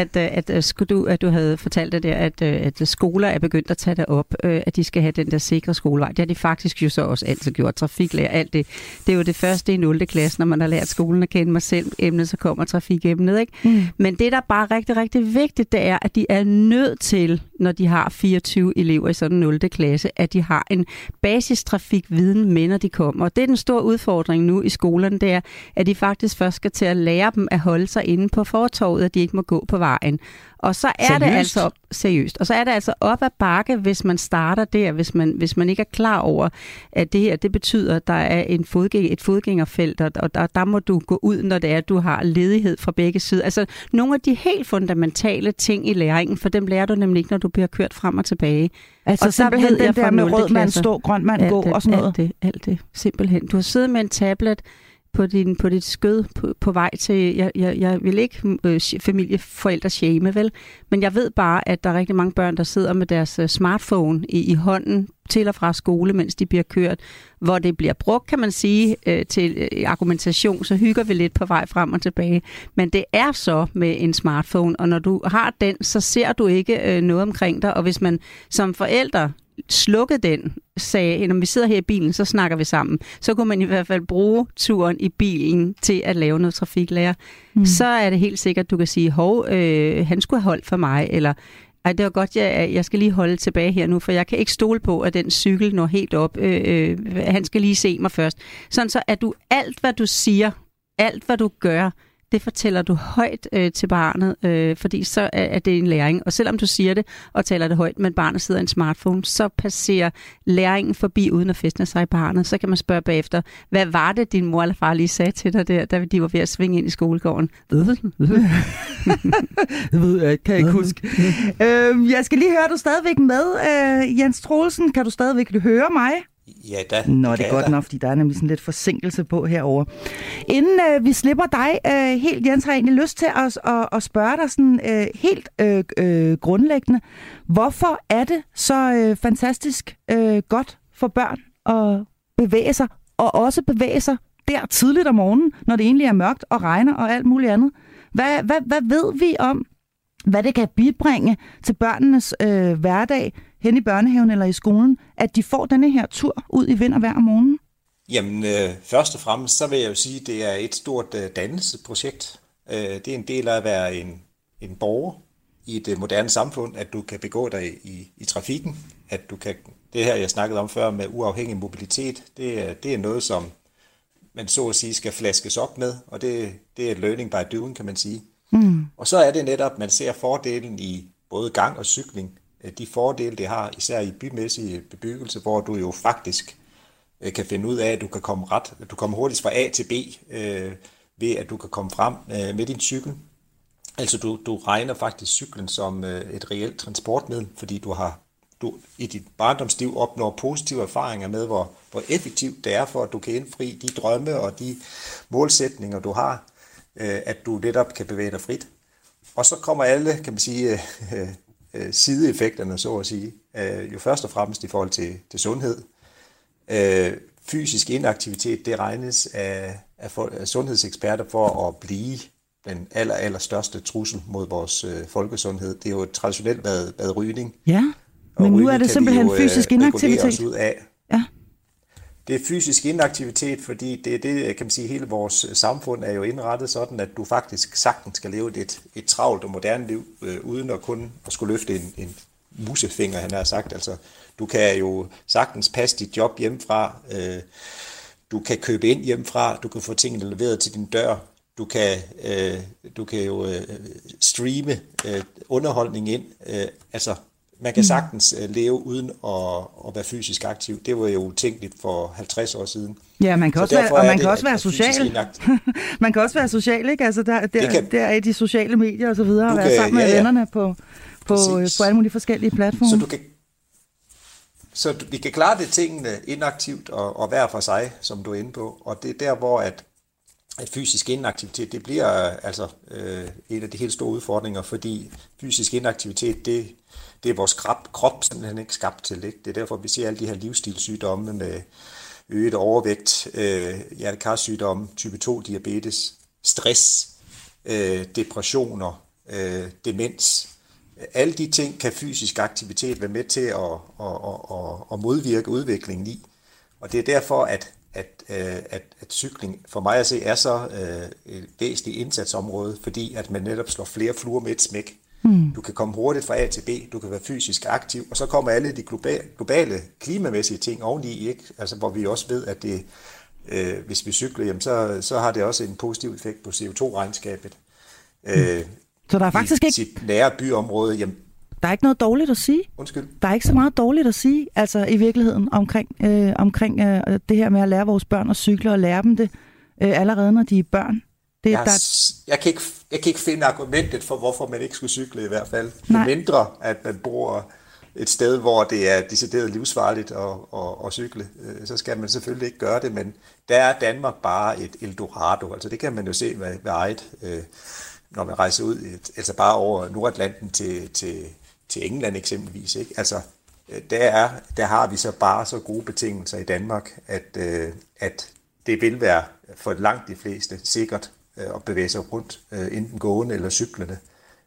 med, at du havde fortalt det der, at skoler er begyndt at tage det op, at de skal have den der sikre skolevej. Det har de faktisk jo så også altid gjort. Trafiklærer, alt det. Det er jo det første i 0. klasse, når man har lært skolen at kende mig selv emnet, så kommer trafikemnet, ikke? Men det, der er bare rigtig, rigtig vigtigt, det er, at de er nødt til, når de har 24 elever i sådan en 0. klasse, at de har en basistrafikviden med, når de kommer. Og det er den store udfordring nu i skolerne, det er, at de faktisk først skal til at lære dem at holde sig inde på fortovet, at de ikke må gå på vejen. Og så er det altså seriøst. Og så er det altså op ad bakke, hvis man starter der, hvis man ikke er klar over, at det her, det betyder, at der er et fodgængerfelt, og der må du gå ud, når det er, at du har ledighed fra begge sider. Altså nogle af de helt fundamentale ting i læringen, for dem lærer du nemlig ikke, når du bliver kørt frem og tilbage. Altså og simpelthen den der med rød mand stå, grøn mand gå og sådan noget. Alt det, simpelthen. Du har siddet med en tablet på dit skød på vej til, jeg vil ikke familieforældre shame, vel? Men jeg ved bare, at der er rigtig mange børn, der sidder med deres smartphone i hånden til og fra skole, mens de bliver kørt, hvor det bliver brugt, kan man sige, til argumentation, så hygger vi lidt på vej frem og tilbage. Men det er så med en smartphone, og når du har den, så ser du ikke noget omkring dig, og hvis man som forælder slukkede den, sagde, når vi sidder her i bilen, så snakker vi sammen. Så kunne man i hvert fald bruge turen i bilen til at lave noget trafiklærer. Så er det helt sikkert, du kan sige, han skulle have holdt for mig, eller det var godt, jeg skal lige holde tilbage her nu, for jeg kan ikke stole på, at den cykel når helt op. Han skal lige se mig først. Sådan så, at du alt, hvad du siger, alt, hvad du gør, det fortæller du højt til barnet, fordi så er det en læring. Og selvom du siger det og taler det højt, men barnet sidder i en smartphone, så passerer læringen forbi uden at fæstne sig i barnet. Så kan man spørge bagefter, hvad var det, din mor eller far lige sagde til dig der, da de var ved at svinge ind i skolegården? Det ved jeg ikke, kan jeg ikke huske. Jeg skal lige høre, du stadigvæk med, Jens Troelsen. Kan du stadigvæk høre mig? Ja, da. Nå, det er godt nok, fordi der er nemlig sådan lidt forsinkelse på herover. Inden vi slipper dig helt, Jens, har jeg egentlig lyst til at spørge dig sådan helt grundlæggende. Hvorfor er det så fantastisk godt for børn at bevæge sig, og også bevæge sig der tidligt om morgenen, når det egentlig er mørkt og regner og alt muligt andet? Hvad ved vi om, hvad det kan bibringe til børnenes hverdag hen i børnehaven eller i skolen, at de får denne her tur ud i vind og vejr om morgenen? Jamen, først og fremmest, så vil jeg jo sige, at det er et stort dannelsesprojekt. Det er en del af at være en borger i et moderne samfund, at du kan begå dig i trafikken, at du kan, det her jeg snakkede om før med uafhængig mobilitet, det er noget, som man så at sige skal flaskes op med, og det er learning by doing, kan man sige. Og så er det netop, at man ser fordelen i både gang og cykling, de fordele, det har, især i bymæssig bebyggelse, hvor du jo faktisk kan finde ud af, at du kan komme hurtigt fra A til B, ved at du kan komme frem med din cykel. Altså du regner faktisk cyklen som et reelt transportmiddel, fordi du har du i dit barndomsliv opnår positive erfaringer med, hvor effektivt det er for, at du kan indfri de drømme og de målsætninger, du har, at du netop kan bevæge dig frit. Og så kommer alle, kan man sige, sideeffekterne, så at sige, jo først og fremmest i forhold til sundhed. Fysisk inaktivitet, det regnes af sundhedseksperter for at blive den allerstørste trussel mod vores folkesundhed. Det er jo traditionelt været rygning. Ja, men nu er det simpelthen fysisk inaktivitet. Ud af. Ja. Det er fysisk inaktivitet, fordi det kan man sige, hele vores samfund er jo indrettet sådan, at du faktisk sagtens skal leve et travlt og moderne liv, uden at kun at skulle løfte en musefinger, han har sagt. Altså, du kan jo sagtens passe dit job hjemmefra, du kan købe ind hjemmefra, du kan få tingene leveret til din dør, du kan jo streame underholdning ind. Altså, man kan sagtens leve uden at være fysisk aktiv. Det var jo utænkeligt for 50 år siden. Ja, man kan også være social. Man kan også være social, ikke? Altså, der er de sociale medier og så videre, og være sammen med vennerne på alle mulige forskellige platforme. Så vi kan klare det tingene inaktivt og hver for sig, som du er inde på. Og det er der, hvor at fysisk inaktivitet, det bliver altså en af de helt store udfordringer, fordi fysisk inaktivitet, det er vores krop simpelthen ikke skabt til. Ikke? Det er derfor, vi ser alle de her livsstilssygdomme med øget overvægt, hjertekarsygdomme, type 2 diabetes, stress, depressioner, demens. Alle de ting kan fysisk aktivitet være med til at modvirke udviklingen i. Og det er derfor, at cykling for mig at se er så et væsentligt indsatsområde, fordi at man netop slår flere fluer med et smæk. Du kan komme hurtigt fra A til B, du kan være fysisk aktiv, og så kommer alle de globale klimamæssige ting oveni, ikke? Altså, hvor vi også ved, at det, hvis vi cykler, jamen, så har det også en positiv effekt på CO2-regnskabet. Så der er faktisk ikke sit nære byområde. Jamen, der er ikke noget dårligt at sige. Undskyld. Der er ikke så meget dårligt at sige, altså i virkeligheden, omkring det her med at lære vores børn at cykle og lære dem det allerede, når de er børn. Jeg kan ikke finde argumentet for, hvorfor man ikke skulle cykle i hvert fald. Mindre, at man bor et sted, hvor det er decideret livsfarligt at cykle, så skal man selvfølgelig ikke gøre det, men der er Danmark bare et Eldorado. Altså det kan man jo se med eget, når man rejser ud, altså bare over Nordatlanten til England eksempelvis. Ikke? Altså der har vi så bare så gode betingelser i Danmark, at det vil være for langt de fleste sikkert at bevæge sig rundt, enten gående eller cyklende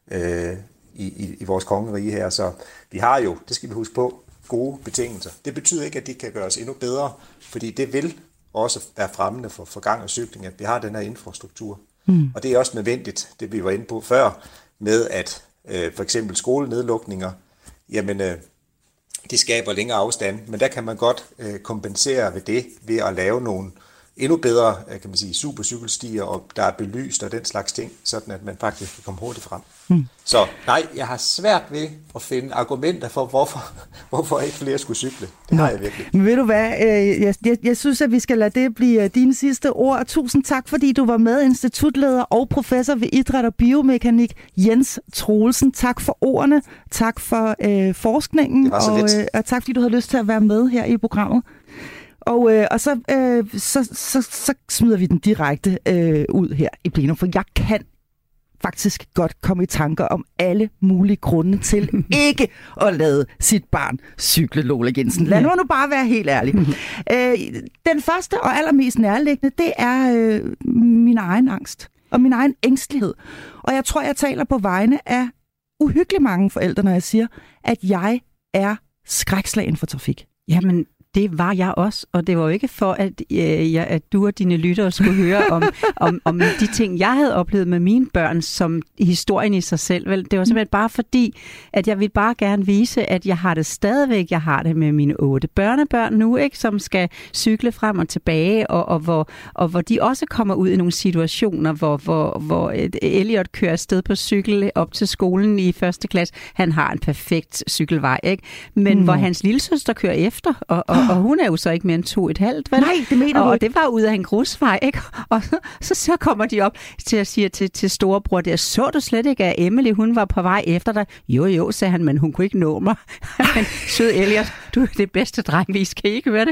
i vores kongerige her. Så vi har jo, det skal vi huske på, gode betingelser. Det betyder ikke, at de kan gøres endnu bedre, fordi det vil også være fremmende for gang og cykling, at vi har den her infrastruktur. Og det er også nødvendigt, det vi var inde på før, med at for eksempel skolenedlukninger, jamen det skaber længere afstand, men der kan man godt kompensere ved det, ved at lave nogle endnu bedre, kan man sige, supercykelstier, og der er belyst og den slags ting, sådan at man faktisk kan komme hurtigt frem. Så nej, jeg har svært ved at finde argumenter for, hvorfor ikke flere skulle cykle. Det har jeg virkelig. Men ved du hvad, jeg synes, at vi skal lade det blive dine sidste ord. Tusind tak, fordi du var med, institutleder og professor ved idræt og biomekanik, Jens Troelsen. Tak for ordene, tak for forskningen, og tak fordi du havde lyst til at være med her i programmet. Og så smider vi den direkte ud her i plenum, for jeg kan faktisk godt komme i tanker om alle mulige grunde til ikke at lade sit barn cykle, Lola Jensen. Lad nu bare være helt ærlig. Den første og allermest nærliggende, det er min egen angst og min egen ængstelighed. Og jeg tror, jeg taler på vegne af uhyggeligt mange forældre, når jeg siger, at jeg er skrækslagen for trafik. Jamen, det var jeg også, og det var jo ikke for, at du og dine lyttere skulle høre om de ting, jeg havde oplevet med mine børn, som historien i sig selv. Vel? Det var simpelthen bare fordi, at jeg vil bare gerne vise, at jeg har det stadigvæk. Jeg har det med mine 8 børnebørn nu, ikke, som skal cykle frem og tilbage, og hvor de også kommer ud i nogle situationer, hvor Elliot kører afsted på cykel op til skolen i 1. klasse. Han har en perfekt cykelvej, ikke? Men hvor hans lillesøster kører efter, og hun er jo så ikke mere end 2,5, vel? Nej, det mener du. Og det var ud af en grusvej, ikke? Og så kommer de op til at sige til storebror der, så du slet ikke, at Emily, hun var på vej efter dig? Jo, sagde han, men hun kunne ikke nå mig. Men sød Elliot, du er det bedste dreng, vi skal ikke høre det.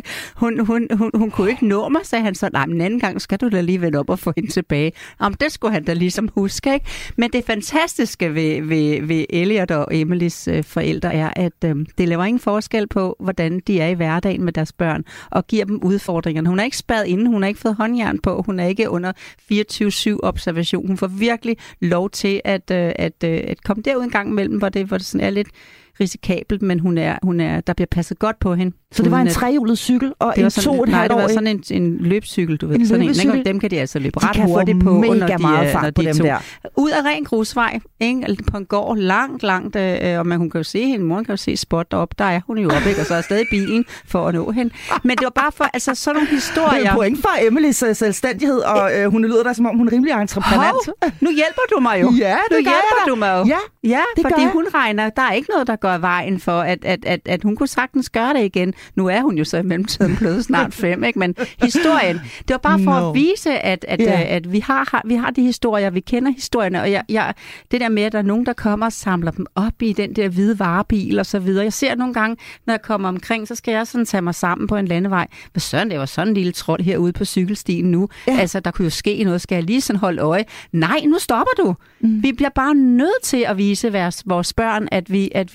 Hun kunne ikke nå mig, sagde han så. Nej, men en anden gang skal du da lige vende op og få hende tilbage. Jamen, det skulle han da ligesom huske, ikke? Men det fantastiske ved Elliot og Emilys forældre er, at det laver ingen forskel på, hvordan de er i hverdagen med deres børn, og giver dem udfordringerne. Hun er ikke spadet inde, hun har ikke fået håndjern på, hun er ikke under 24/7 observation. Hun får virkelig lov til at komme derud en gang imellem, hvor det sådan er lidt risikabelt, men hun er, der bliver passet godt på hende. Så det var en trehjulet cykel og en 2,5 år? Nej, det var sådan en løbcykel, du ved. En sådan løbecykel? Dem kan de altså løbe ret hurtigt på, når de dem der. Ud af ren grusvej, ikke? På en gård langt, og hun kan jo se hende, moren kan jo se spot op, der er hun jo oppe, ikke? Og så er stadig bilen for at nå hende. Men det var bare for, altså sådan nogle historier. Det er jo point for Emilys selvstændighed, og hun lyder der, som om hun er rimelig entreprenant. Nu hjælper du mig jo. Ja, det hjælper du mig jo. Ja, fordi hun regner, der er ikke noget, der går vejen for, at hun kunne sagtens gøre det igen. Nu er hun jo så i mellemtiden blevet snart 5, ikke? Men historien, det var bare for at vise, at vi har de historier, vi kender historierne, og det der med, at der er nogen, der kommer og samler dem op i den der hvide varebil og så videre. Jeg ser nogle gange, når jeg kommer omkring, så skal jeg sådan tage mig sammen på en landevej. Hvad søren, det var sådan en lille trold herude på cykelstien nu. Ja. Altså, der kunne jo ske noget. Skal jeg lige sådan holde øje? Nej, nu stopper du. Vi bliver bare nødt til at vise vores børn, at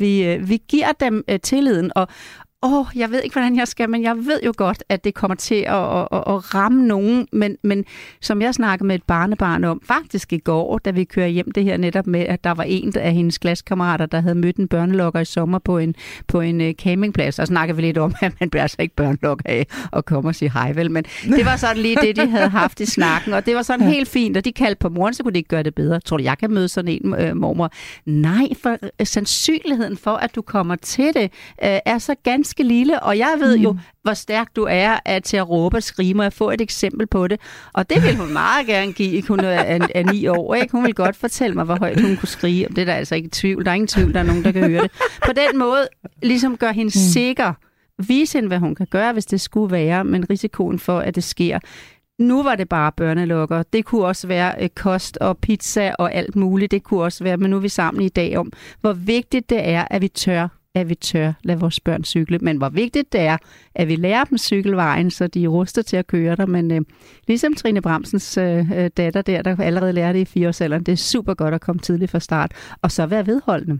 vi giver dem tilliden, og jeg ved ikke, hvordan jeg skal, men jeg ved jo godt, at det kommer til at ramme nogen. Men som jeg snakkede med et barnebarn om, faktisk i går, da vi kører hjem det her netop med, at der var en af hendes klassekammerater, der havde mødt en børnelokker i sommer på en campingplads. Og snakkede vi lidt om, at man bliver altså ikke børnelokker af at komme og sige hej, vel? Men det var sådan lige det, de havde haft i snakken, og det var sådan helt fint, og de kaldte på moren, så kunne de ikke gøre det bedre. Tror du, jeg kan møde sådan en mormor? Nej, for sandsynligheden for, at du kommer til det, er så ganske lille, og jeg ved jo, hvor stærk du er til at råbe og skrige, og jeg får et eksempel på det. Og det vil hun meget gerne give. Hun er 9 år, ikke? Hun vil godt fortælle mig, hvor højt hun kunne skrige. Det er der altså ikke tvivl. Der er ingen tvivl, der er nogen, der kan høre det. På den måde ligesom gør hende sikker. Vise hende, hvad hun kan gøre, hvis det skulle være, men risikoen for, at det sker. Nu var det bare børnelokker. Det kunne også være kost og pizza og alt muligt. Det kunne også være, men nu er vi sammen i dag om, hvor vigtigt det er, at vi tør lade vores børn cykle. Men hvor vigtigt det er, at vi lærer dem cykelvejen, så de er rustet til at køre der. Men ligesom Trine Bramsens datter der allerede lærte det i 4-årsalderen, det er super godt at komme tidligt fra start. Og så være vedholdende.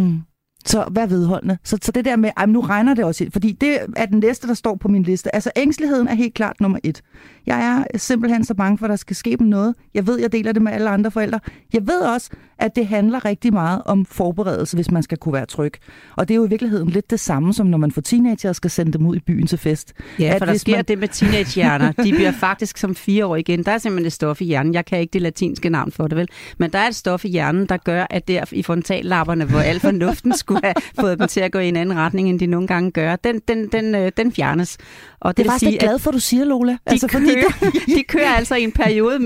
Så vær vedholdende. Så det der med, nu regner det også, fordi det er den næste, der står på min liste. Altså ængsteligheden er helt klart nummer 1. Jeg er simpelthen så bange for, at der skal ske dem noget. Jeg ved, jeg deler det med alle andre forældre. Jeg ved også, at det handler rigtig meget om forberedelse, hvis man skal kunne være tryg. Og det er jo i virkeligheden lidt det samme, som når man får teenager og skal sende dem ud i byen til fest. Ja, for der sker det med teenagehjerner. De bliver faktisk som 4 år igen. Der er simpelthen et stof i hjernen. Jeg kan ikke det latinske navn for det, vel? Men der er et stof i hjernen, der gør, at der i frontallapperne, hvor al fornuften skulle have fået dem til at gå i en anden retning, end de nogle gange gør, den fjernes. Og det er faktisk ikke glad for, du siger, Lola. De kører altså i en periode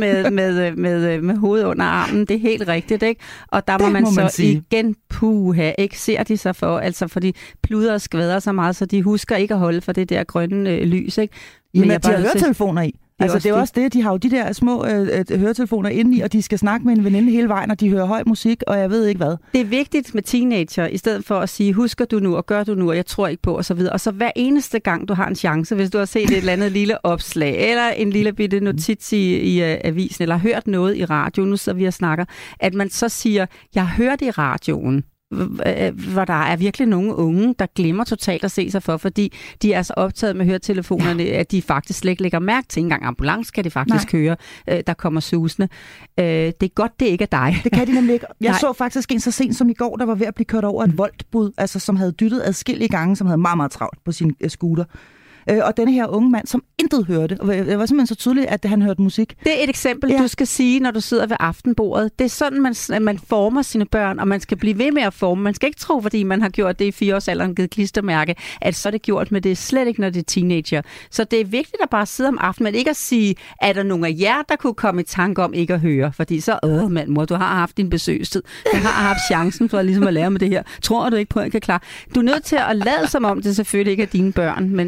med hovedet under armen. Det er helt rigtigt, ikke? Og der må man igen ikke ser de sig for, altså fordi pluder og skvader så meget, så de husker ikke at holde for det der grønne lys, ikke? Men de har høretelefoner i. Altså det er også det, de har jo de der små høretelefoner inde i, og de skal snakke med en veninde hele vejen, og de hører høj musik, og jeg ved ikke hvad. Det er vigtigt med teenager, i stedet for at sige, husker du nu, og gør du nu, og jeg tror ikke på, og så videre. Og så hver eneste gang, du har en chance, hvis du har set et eller andet lille opslag, eller en lille bitte notits i avisen, eller hørt noget i radioen, nu så vi og snakker, at man så siger, jeg hørte i radioen, hvor der er virkelig nogle unge, der glemmer totalt at se sig for, fordi de er så optaget med høretelefonerne, at de faktisk slet ikke lægger mærke til. Engang ambulance kan de faktisk høre, der kommer susende. Det er godt, det ikke er dig. Det kan de nemlig ikke. Jeg så faktisk en så sent som i går, der var ved at blive kørt over et voltbud, altså som havde dyttet adskillige gange, som havde meget, meget travlt på sin scooter. Og denne her unge mand, som intet hørte. Og det var simpelthen så tydeligt, at han hørte musik. Det er et eksempel, du skal sige, når du sidder ved aftenbordet. Det er sådan, man former sine børn, og man skal blive ved med at forme. Man skal ikke tro, fordi man har gjort det i 4-årsalderen, givet klistermærke, at så er det gjort, men det er slet ikke, når det er teenager. Så det er vigtigt at bare sidde om aftenen, men ikke at sige, er der nogen af jer, der kunne komme i tanke om ikke at høre? Fordi så, mor, du har haft din besøgstid. Du har haft chancen for ligesom at lære med det her. Tror du ikke på, at jeg kan klare? Du er nødt til at lade som om, det selvfølgelig ikke er dine børn, men når du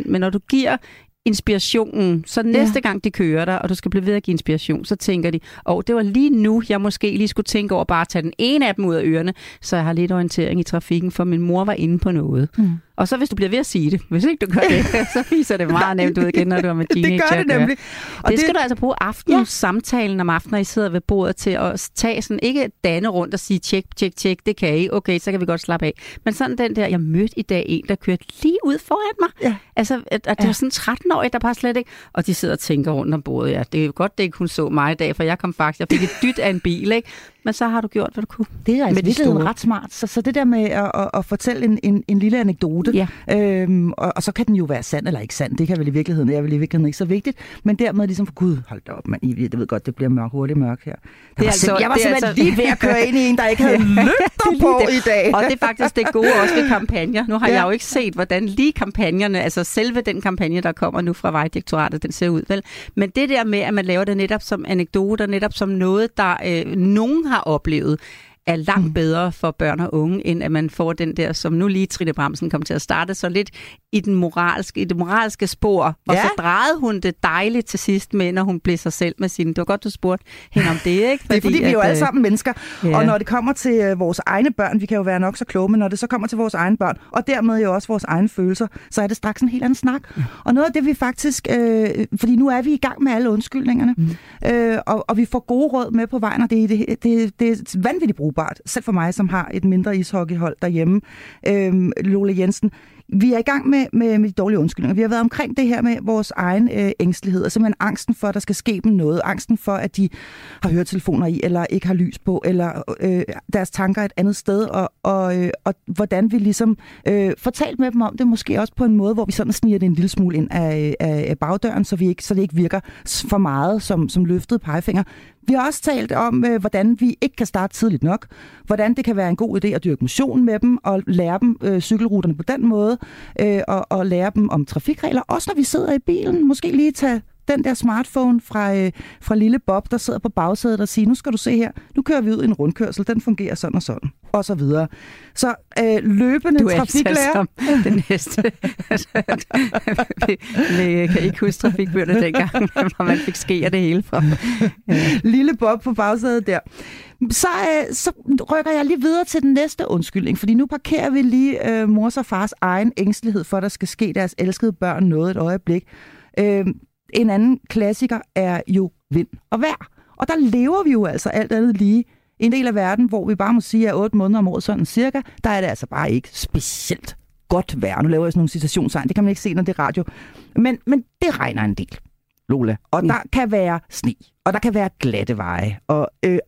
giver inspirationen, så næste gang de kører dig, og du skal blive ved at give inspiration, så tænker de, det var lige nu, jeg måske lige skulle tænke over bare at tage den ene af dem ud af ørerne, så jeg har lidt orientering i trafikken, for min mor var inde på noget. Og så hvis du bliver ved at sige det, hvis ikke du gør det, så viser det meget nemt ud igen, når du er med teenager. Det gør det nemlig. Og det skal du altså bruge samtalen om aftenen, når I sidder ved bordet til at tage sådan, ikke danne rundt og sige, tjek, det kan I, okay, så kan vi godt slappe af. Men sådan den der, jeg mødte i dag en, der kørte lige ud foran mig. Ja. Altså, at det var sådan 13-årig, der bare slet ikke, og de sidder og tænker rundt om bordet, ja, det er jo godt, det ikke hun så mig i dag, for jeg fik et dyt af en bil, ikke? Men så har du gjort, hvad du kunne. Det er altså ret smart. Så det der med at fortælle en lille anekdote, og så kan den jo være sand eller ikke sand, det kan vel i virkeligheden ikke så vigtigt, men dermed ligesom, gud, hold da op, man, det ved godt, det bliver hurtigt mørk her. Jeg var simpelthen lige ved at køre ind i en, der ikke havde lygter på i dag. Og det er faktisk det gode også ved kampagner. Nu har jeg jo ikke set, hvordan lige kampagnerne, altså selve den kampagne, der kommer nu fra Vejdirektoratet, den ser ud, vel? Men det der med, at man laver det netop som anekdoter, netop som noget, der nogen har oplevet, er langt bedre for børn og unge, end at man får den der, som nu lige Trine Bramsen kom til at starte, så lidt i det moralske spor. Og så drejede hun det dejligt til sidst med, når hun blev sig selv med sin. Det var godt, du spurgte hende om det, ikke? Det er fordi, vi er jo alle sammen mennesker. Ja. Og når det kommer til vores egne børn, vi kan jo være nok så kloge, men når det så kommer til vores egne børn, og dermed jo også vores egne følelser, så er det straks en helt anden snak. Ja. Og noget af det, vi faktisk, fordi nu er vi i gang med alle undskyldningerne, og vi får gode råd med på vejen, og det er vanvittigt brugbart. Selv for mig, som har et mindre ishockeyhold derhjemme, Lola Jensen. Vi er i gang med de dårlige undskyldninger. Vi har været omkring det her med vores egen ængstelighed, og simpelthen angsten for, at der skal ske dem noget. Angsten for, at de har høretelefoner i, eller ikke har lys på, eller deres tanker et andet sted, og hvordan vi ligesom fortalt med dem om det, måske også på en måde, hvor vi sådan sniger det en lille smule ind af bagdøren, så det ikke virker for meget som løftet pegefinger. Vi har også talt om, hvordan vi ikke kan starte tidligt nok, hvordan det kan være en god idé at dyrke motion med dem, og lære dem cykelruterne på den måde, og lære dem om trafikregler. Også når vi sidder i bilen, måske lige tage den der smartphone fra lille Bob, der sidder på bagsædet og siger, nu skal du se her, nu kører vi ud i en rundkørsel, den fungerer sådan og sådan, og så videre. Så løbende trafiklærer... Du er den næste. Vi kan ikke huske trafikbøgerne dengang, hvor man fik ske af det hele fra. Lille Bob på bagsædet der. Så rykker jeg lige videre til den næste undskyldning, fordi nu parkerer vi lige mors og fars egen ængstelighed for, at der skal ske deres elskede børn noget et øjeblik. En anden klassiker er jo vind og vejr. Og der lever vi jo altså alt andet lige en del af verden, hvor vi bare må sige, at 8 måneder om året sådan cirka, der er det altså bare ikke specielt godt vejr. Nu laver jeg sådan nogle citationstegn, det kan man ikke se, når det er radio. Men det regner en del, Lola. Og der kan være sne, og der kan være glatte veje. Og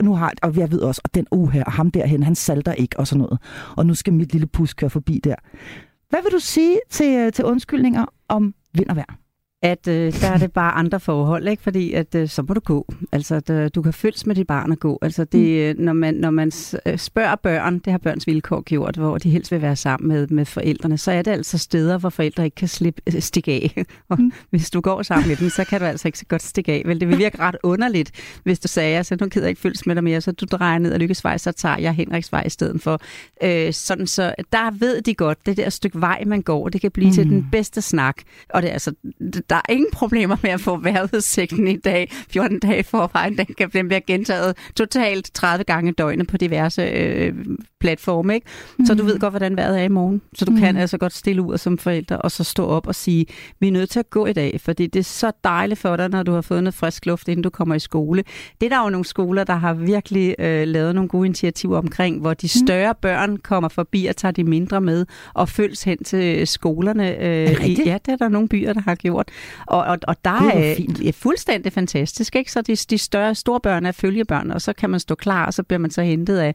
jeg ved også, at den her, og ham derhen, han salter ikke og sådan noget. Og nu skal mit lille pus køre forbi der. Hvad vil du sige til undskyldninger om vind og vejr? At der er det bare andre forhold, ikke? Fordi at så må du gå. Altså, du kan følges med dit barn og gå. Altså, det, når man spørger børn, det har Børns Vilkår gjort, hvor de helst vil være sammen med forældrene, så er det altså steder, hvor forældre ikke kan stikke af. Og hvis du går sammen med dem, så kan du altså ikke så godt stikke af. Vel, det vil virke ret underligt, hvis du sagde, altså, nu gider jeg ikke følges med dig mere, så du drejer ned ad Lykkesvej, så tager jeg Henriksvej i stedet for. Sådan så, der ved de godt, det der stykke vej, man går, det kan blive til den bedste snak. Og det er altså... Der er ingen problemer med at få vejrudsigten i dag. 14 dage forvejen, den bliver gentaget totalt 30 gange døgnet på diverse platforme, ikke? Så du ved godt, hvordan vejret er i morgen. Så du kan altså godt stille ud som forælder, og så stå op og sige, vi er nødt til at gå i dag, fordi det er så dejligt for dig, når du har fået noget frisk luft, inden du kommer i skole. Det er der jo nogle skoler, der har virkelig lavet nogle gode initiativer omkring, hvor de større børn kommer forbi og tager de mindre med, og følges hen til skolerne. Ja, det er der nogle byer, der har gjort. Og der er fuldstændig fantastisk, ikke? Så de store børn er følgebørn, og så kan man stå klar, og så bliver man så hentet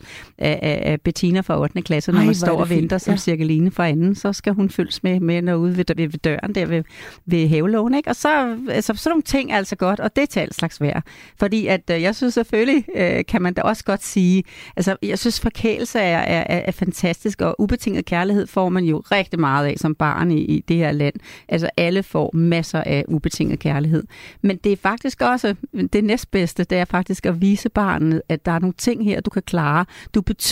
af Bettina fra 8. klasse, når man står og venter som Cirkeline fra anden, så skal hun følges med derude ved døren der ved havelågen, ikke? Og så sådan nogle ting er altså godt, og det er til alt slags vejr. Fordi at jeg synes selvfølgelig, kan man da også godt sige, altså jeg synes forkælelse er fantastisk, og ubetinget kærlighed får man jo rigtig meget af som barn i det her land. Altså alle får masser af ubetinget kærlighed. Men det er faktisk også, det næstbedste, det er faktisk at vise barnet, at der er nogle ting her, du kan klare. Du betyder noget.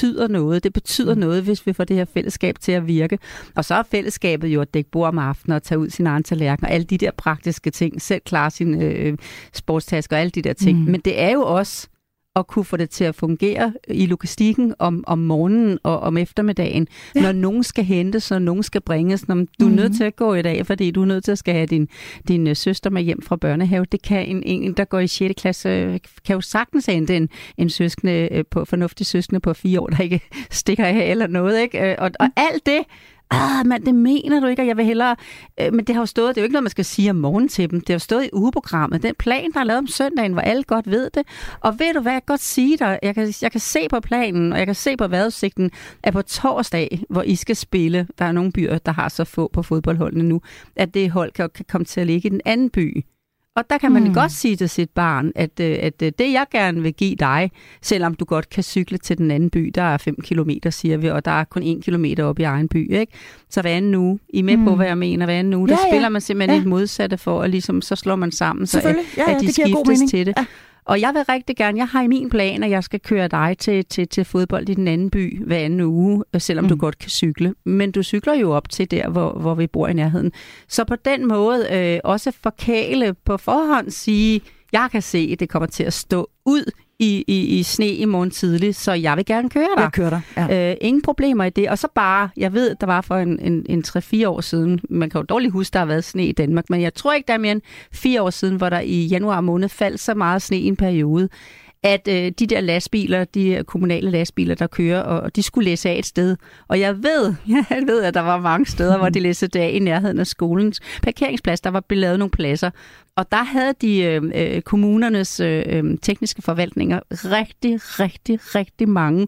noget. Det betyder noget, hvis vi får det her fællesskab til at virke. Og så er fællesskabet jo at dække bord om aftenen og tage ud sin egen tallerken og alle de der praktiske ting. Selv klare sin sportstasker og alle de der ting. Men det er jo også at kunne få det til at fungere i logistikken om morgenen og om eftermiddagen, når nogen skal hentes, og nogen skal bringes. Når du er nødt til at gå i dag, fordi du er nødt til at skal have din søster med hjem fra børnehave. Det kan en der går i 6. klasse, kan jo sagtens hente en søskende fornuftig søskende på 4 år, der ikke stikker af eller noget, ikke? Og alt det, men det mener du ikke, og jeg vil hellere... Men det har jo stået, det er jo ikke noget, man skal sige om morgenen til dem. Det har jo stået i ugeprogrammet. Den plan, der er lavet om søndagen, hvor alle godt ved det. Og ved du hvad, jeg kan godt sige dig, jeg kan se på planen, og jeg kan se på vejrudsigten, at på torsdag, hvor I skal spille, der er nogle byer, der har så få på fodboldholdene nu, at det hold kan komme til at ligge i den anden by. Og der kan man godt sige til sit barn, at det jeg gerne vil give dig, selvom du godt kan cykle til den anden by, der er 5 kilometer, siger vi, og der er kun 1 kilometer op i egen by, ikke? Så hver anden uge, I er med på, hvad jeg mener, hver anden uge, der spiller man simpelthen et modsatte for, og ligesom, så slår man sammen, så at de skiftes til det. Ja. Og jeg vil rigtig gerne, jeg har i min plan, at jeg skal køre dig til fodbold i den anden by hver anden uge, selvom du godt kan cykle. Men du cykler jo op til der, hvor vi bor i nærheden. Så på den måde også forkæle på forhånd sige, jeg kan se, at det kommer til at stå ud i sne i morgen tidlig, så jeg vil gerne køre dig. Jeg kører dig, ja. Ingen problemer i det. Og så bare, jeg ved, der var for en 3-4 år siden, man kan jo dårligt huske, der har været sne i Danmark, men jeg tror ikke, der er mere end 4 år siden, hvor der i januar måned faldt så meget sne i en periode, at de der lastbiler, de kommunale lastbiler, der kører, og de skulle læse af et sted. Og jeg ved, at der var mange steder, hvor de læste af i nærheden af skolens parkeringsplads. Der var blevet lavet nogle pladser. Og der havde de kommunernes tekniske forvaltninger rigtig mange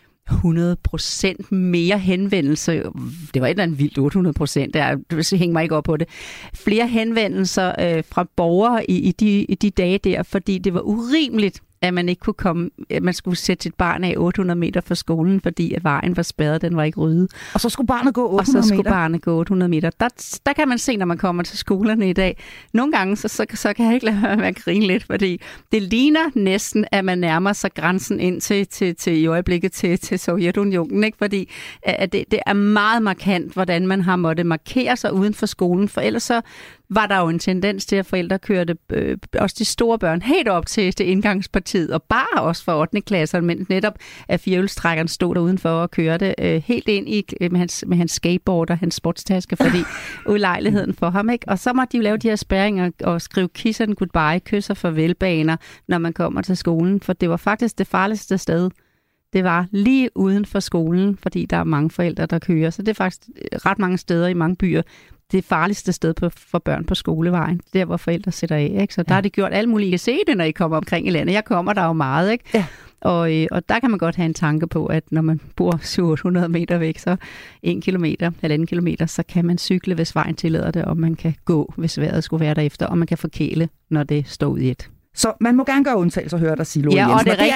100% mere henvendelse. Det var et eller andet vildt 800%. Det hænger mig ikke op på det. Flere henvendelser fra borgere i de dage der, fordi det var urimeligt, at man ikke kunne komme, at man skulle sætte sit barn af 800 meter fra skolen, fordi at vejen var spærret, den var ikke ryddet. Og så skulle barnet gå 800 meter? Der kan man se, når man kommer til skolerne i dag. Nogle gange, så kan jeg ikke lade være med at grine lidt, fordi det ligner næsten, at man nærmer sig grænsen ind til i øjeblikket til Sovjetunionen, ikke? Fordi at det er meget markant, hvordan man har måttet markere sig uden for skolen, for ellers så var der jo en tendens til, at forældre kørte også de store børn helt op til indgangspartiet, og bare også for 8. klasser, men netop at firehjulstrækkeren stod der udenfor og kørte helt ind med hans skateboard og hans sportstaske, fordi ulejligheden for ham, ikke? Og så måtte de jo lave de her spærringer og skrive kiss and goodbye, kys og farvelbaner, når man kommer til skolen, for det var faktisk det farligste sted. Det var lige uden for skolen, fordi der er mange forældre, der kører, så det er faktisk ret mange steder i mange byer, det farligste sted for børn på skolevejen. Der, hvor forældre sætter af, ikke? Så der har de gjort alt muligt. I kan se det, når I kommer omkring i landet. Jeg kommer der jo meget, ikke? Ja. Og der kan man godt have en tanke på, at når man bor 700-800 meter væk, så 1 kilometer, 1,5 kilometer, så kan man cykle, hvis vejen tillader det, og man kan gå, hvis vejret skulle være derefter, og man kan forkæle, når det står ud i et. Så man må gerne gøre undtagelser, hører der sige, Lone Jensen. Og det er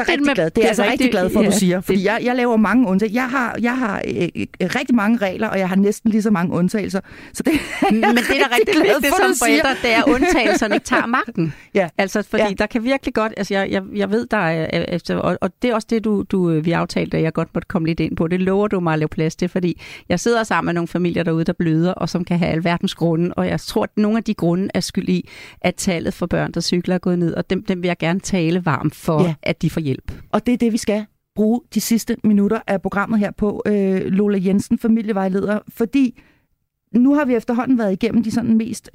jeg rigtig glad for, at du siger. Fordi jeg laver mange undtagelser. Jeg har rigtig mange regler, og jeg har næsten lige så mange undtagelser. Så det, men det er da rigtig vigtigt som forældre, det er undtagelserne ikke tager magten. Ja. Altså, fordi der kan virkelig godt... Altså, jeg ved, der er... Og det er også det, vi aftalte, at jeg godt måtte komme lidt ind på. Det lover du mig at lave plads til, fordi jeg sidder sammen med nogle familier derude, der bløder, og som kan have alverdens grunde. Og jeg tror, at nogle af de grunde er skyld i, at tallet for børn, der cykler, gået ned, og dem vil jeg gerne tale varmt for, at de får hjælp. Og det er det, vi skal bruge de sidste minutter af programmet her på, Lola Jensen, familievejleder, fordi nu har vi efterhånden været igennem de sådan mest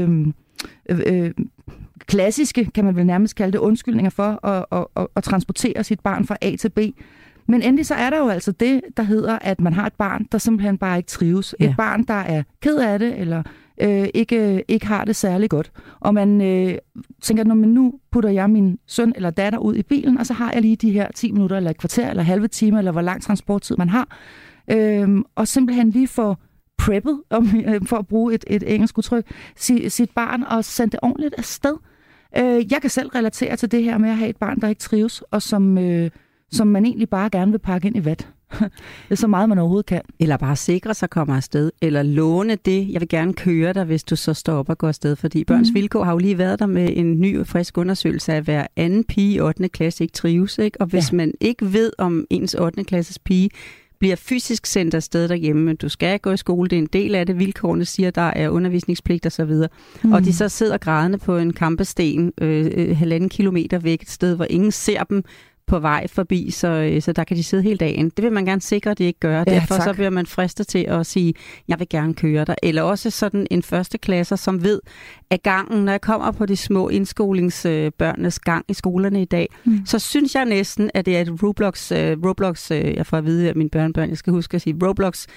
klassiske, kan man vel nærmest kalde det, undskyldninger for at transportere sit barn fra A til B. Men endelig så er der jo altså det, der hedder, at man har et barn, der simpelthen bare ikke trives. Et barn, der er ked af det, eller ikke har det særlig godt. Og man tænker, nu putter jeg min søn eller datter ud i bilen, og så har jeg lige de her 10 minutter, eller et kvarter, eller halve time, eller hvor lang transporttid man har. Og simpelthen lige få preppet, for at bruge et engelsk udtryk, sit barn og sende det ordentligt afsted. Jeg kan selv relatere til det her med at have et barn, der ikke trives, og som man egentlig bare gerne vil pakke ind i vat. Det er så meget, man overhovedet kan. Eller bare sikre sig at komme afsted. Eller låne det. Jeg vil gerne køre dig, hvis du så står op og går afsted. Fordi Børns Vilkår har jo lige været der med en ny og frisk undersøgelse af, at hver anden pige i 8. klasse ikke trives. Ikke? Og hvis man ikke ved, om ens 8. klasses pige bliver fysisk sendt afsted derhjemme, men du skal gå i skole, det er en del af det. Vilkårene siger, der er undervisningspligt og så videre. Og de så sidder grædende på en kampesten 1,5 kilometer væk, et sted, hvor ingen ser dem på vej forbi, så der kan de sidde hele dagen. Det vil man gerne sikre, at de ikke gør. Derfor så bliver man fristet til at sige, jeg vil gerne køre dig. Eller også sådan en førsteklasser, som ved, at gangen, når jeg kommer på de små indskolingsbørnenes gang i skolerne i dag, så synes jeg næsten, at det er et Roblox, jeg får at vide af mine børnebørn, jeg skal huske at sige Roblox,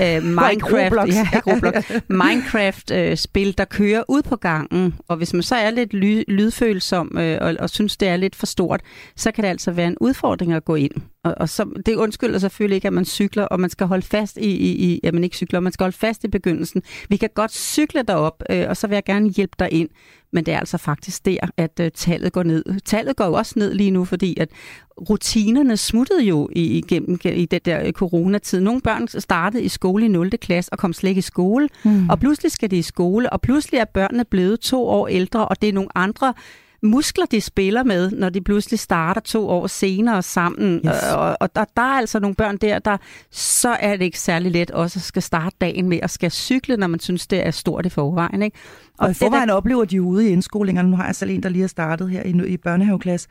Minecraft-spil, der kører ud på gangen. Og hvis man så er lidt lydfølsom og synes, det er lidt for stort, så kan det altså være en udfordring at gå ind. Og så, det undskylder selvfølgelig ikke, at man cykler, og man skal holde fast at man ikke cykler, man skal holde fast i begyndelsen. Vi kan godt cykle derop, og så vil jeg gerne hjælpe dig ind. Men det er altså faktisk der, at tallet går ned. Tallet går jo også ned lige nu, fordi at rutinerne smuttede jo i det der coronatid. Nogle børn startede i skole i 0. klasse og kom slet ikke i skole, og pludselig skal de i skole, og pludselig er børnene blevet 2 år ældre, og det er nogle andre muskler, de spiller med, når de pludselig starter 2 år senere sammen. Yes. Og der er altså nogle børn der, så er det ikke særlig let også at skal starte dagen med at skal cykle, når man synes, det er stort i forvejen. Ikke? Og i forvejen oplever de ude i indskolingerne, nu har jeg selv en, der lige har startet her i børnehaveklasse,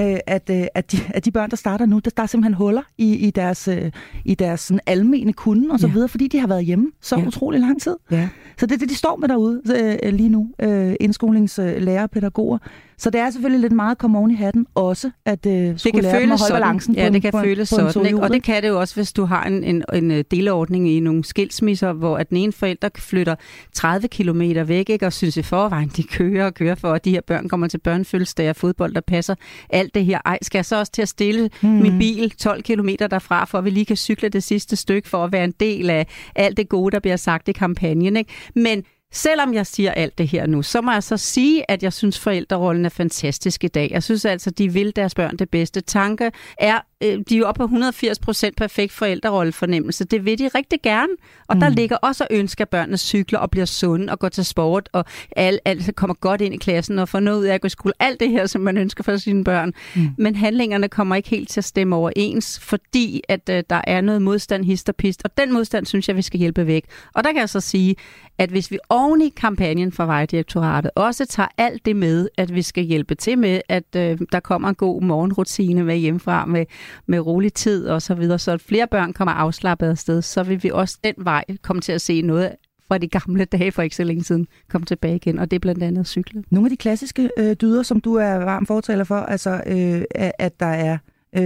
at de børn, der starter nu, der er simpelthen huller i deres sådan almene kunden og så videre, fordi de har været hjemme så utrolig lang tid. Ja. Så det er det, de står med derude lige nu, indskolingslærere og pædagoger. Så det er selvfølgelig lidt meget at komme oven i hatten også, at skulle lære dem at holde balancen på det kan føles sådan, ikke? Og det kan det jo også, hvis du har en delordning i nogle skilsmisser, hvor at den ene forælder flytter 30 kilometer væk, ikke? Og synes i forvejen, de kører for, at de her børn kommer til børnefødselsdag og fodbold, der passer alt det her. Ej, skal jeg så også til at stille min bil 12 kilometer derfra, for at vi lige kan cykle det sidste stykke, for at være en del af alt det gode, der bliver sagt i kampagnen, ikke? Men selvom jeg siger alt det her nu, så må jeg så sige, at jeg synes, forældrerollen er fantastisk i dag. Jeg synes altså, de vil deres børn det bedste. Tanke er, de er jo oppe på 180% perfekt forældrerollefornemmelse. Det vil de rigtig gerne. Og der ligger også at ønske, at børnene cykler og bliver sunde og går til sport, og alt kommer godt ind i klassen og får noget ud af at gå i skole. Alt det her, som man ønsker for sine børn. Men handlingerne kommer ikke helt til at stemme overens, fordi at der er noget modstand, hist og pist. Og den modstand, synes jeg, vi skal hjælpe væk. Og der kan jeg så sige, at hvis vi oven i kampagnen fra Vejdirektoratet også tager alt det med, at vi skal hjælpe til med, at der kommer en god morgenrutine med hjemmefra med rolig tid og så videre, så at flere børn kommer afslappet afsted, så vil vi også den vej komme til at se noget fra de gamle dage for ikke så længe siden komme tilbage igen, og det er blandt andet cykle. Nogle af de klassiske dyder, som du er varm fortaler for, altså at der er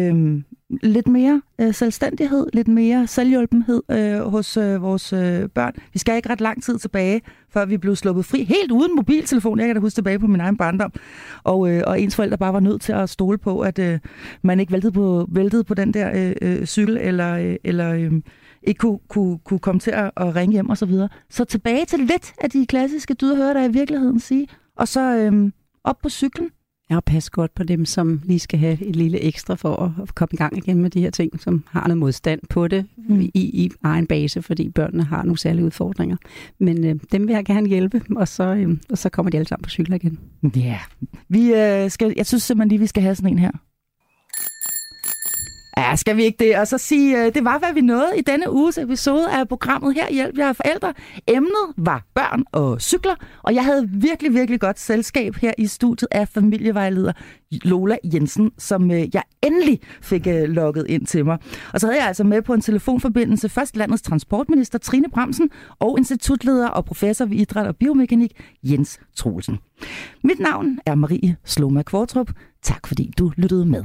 lidt mere selvstændighed, lidt mere selvhjulpenhed hos vores børn. Vi skal ikke ret lang tid tilbage, før vi blev sluppet fri, helt uden mobiltelefon. Jeg kan da huske tilbage på min egen barndom. Og ens forældre bare var nødt til at stole på, at man ikke væltede på den der cykel, eller ikke kunne komme til at ringe hjem og så videre. Så tilbage til lidt af de klassiske dyder, hører der i virkeligheden sige. Og så op på cyklen. Ja, og pas godt på dem, som lige skal have et lille ekstra for at komme i gang igen med de her ting, som har noget modstand på det i egen base, fordi børnene har nogle særlige udfordringer. Men dem vil jeg gerne hjælpe, og så kommer de alle sammen på cykler igen. Ja, jeg synes simpelthen lige, vi skal have sådan en her. Ja, skal vi ikke det? Og så sige, det var, hvad vi nåede i denne uges episode af programmet her Hjælp jer forældre. Emnet var børn og cykler, og jeg havde virkelig, virkelig godt selskab her i studiet af familievejleder Lola Jensen, som jeg endelig fik logget ind til mig. Og så havde jeg altså med på en telefonforbindelse først landets transportminister Trine Bramsen og institutleder og professor ved idræt og biomekanik Jens Troelsen. Mit navn er Marie Sloma Kvartrup. Tak fordi du lyttede med.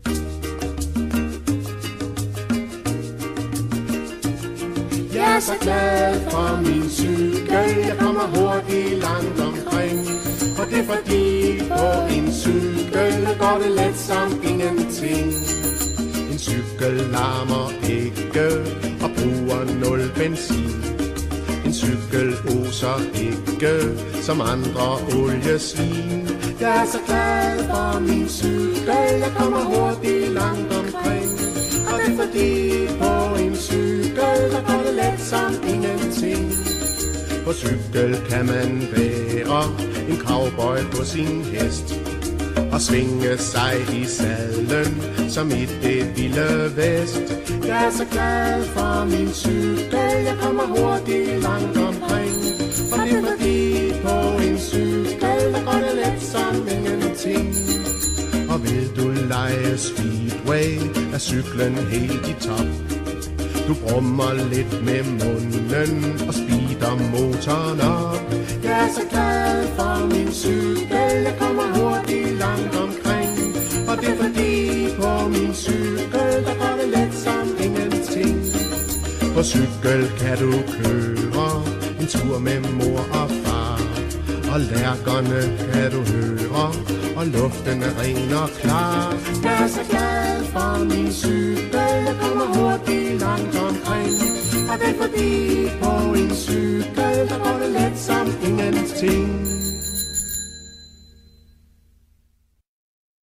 Jeg er så glad for min cykel, jeg kommer hurtigt langt omkring. Og det er fordi på en cykel går det let som ingenting. En cykel larmer ikke og bruger 0 benzin. En cykel oser ikke som andre oliesvin. Jeg er så glad for min cykel, jeg kommer hurtigt langt omkring. Og det fordi på en cykel, der går det let som ingenting. På cykel kan man være en cowboy på sin hest og svinge sig i sadlen som i det vilde vest. Jeg er så glad for min cykel, jeg kommer hurtigt langt omkring. For det er fordi på en cykel, der går det let som ingenting. Og vil du lege speedway, er cyklen helt i top. Du brummer lidt med munden og speeder motoren op. Jeg er så glad for min cykel, jeg kommer hurtigt langt omkring. Og det er fordi på min cykel, der går det let som ingenting. På cykel kan du køre en tur med mor og far. Og lærkerne kan du høre, og luften er ren og klar. Jeg er så glad for min cykel, jeg kommer hurtigt langt omkring. Og det er fordi på en cykel, der går det let som ingenting.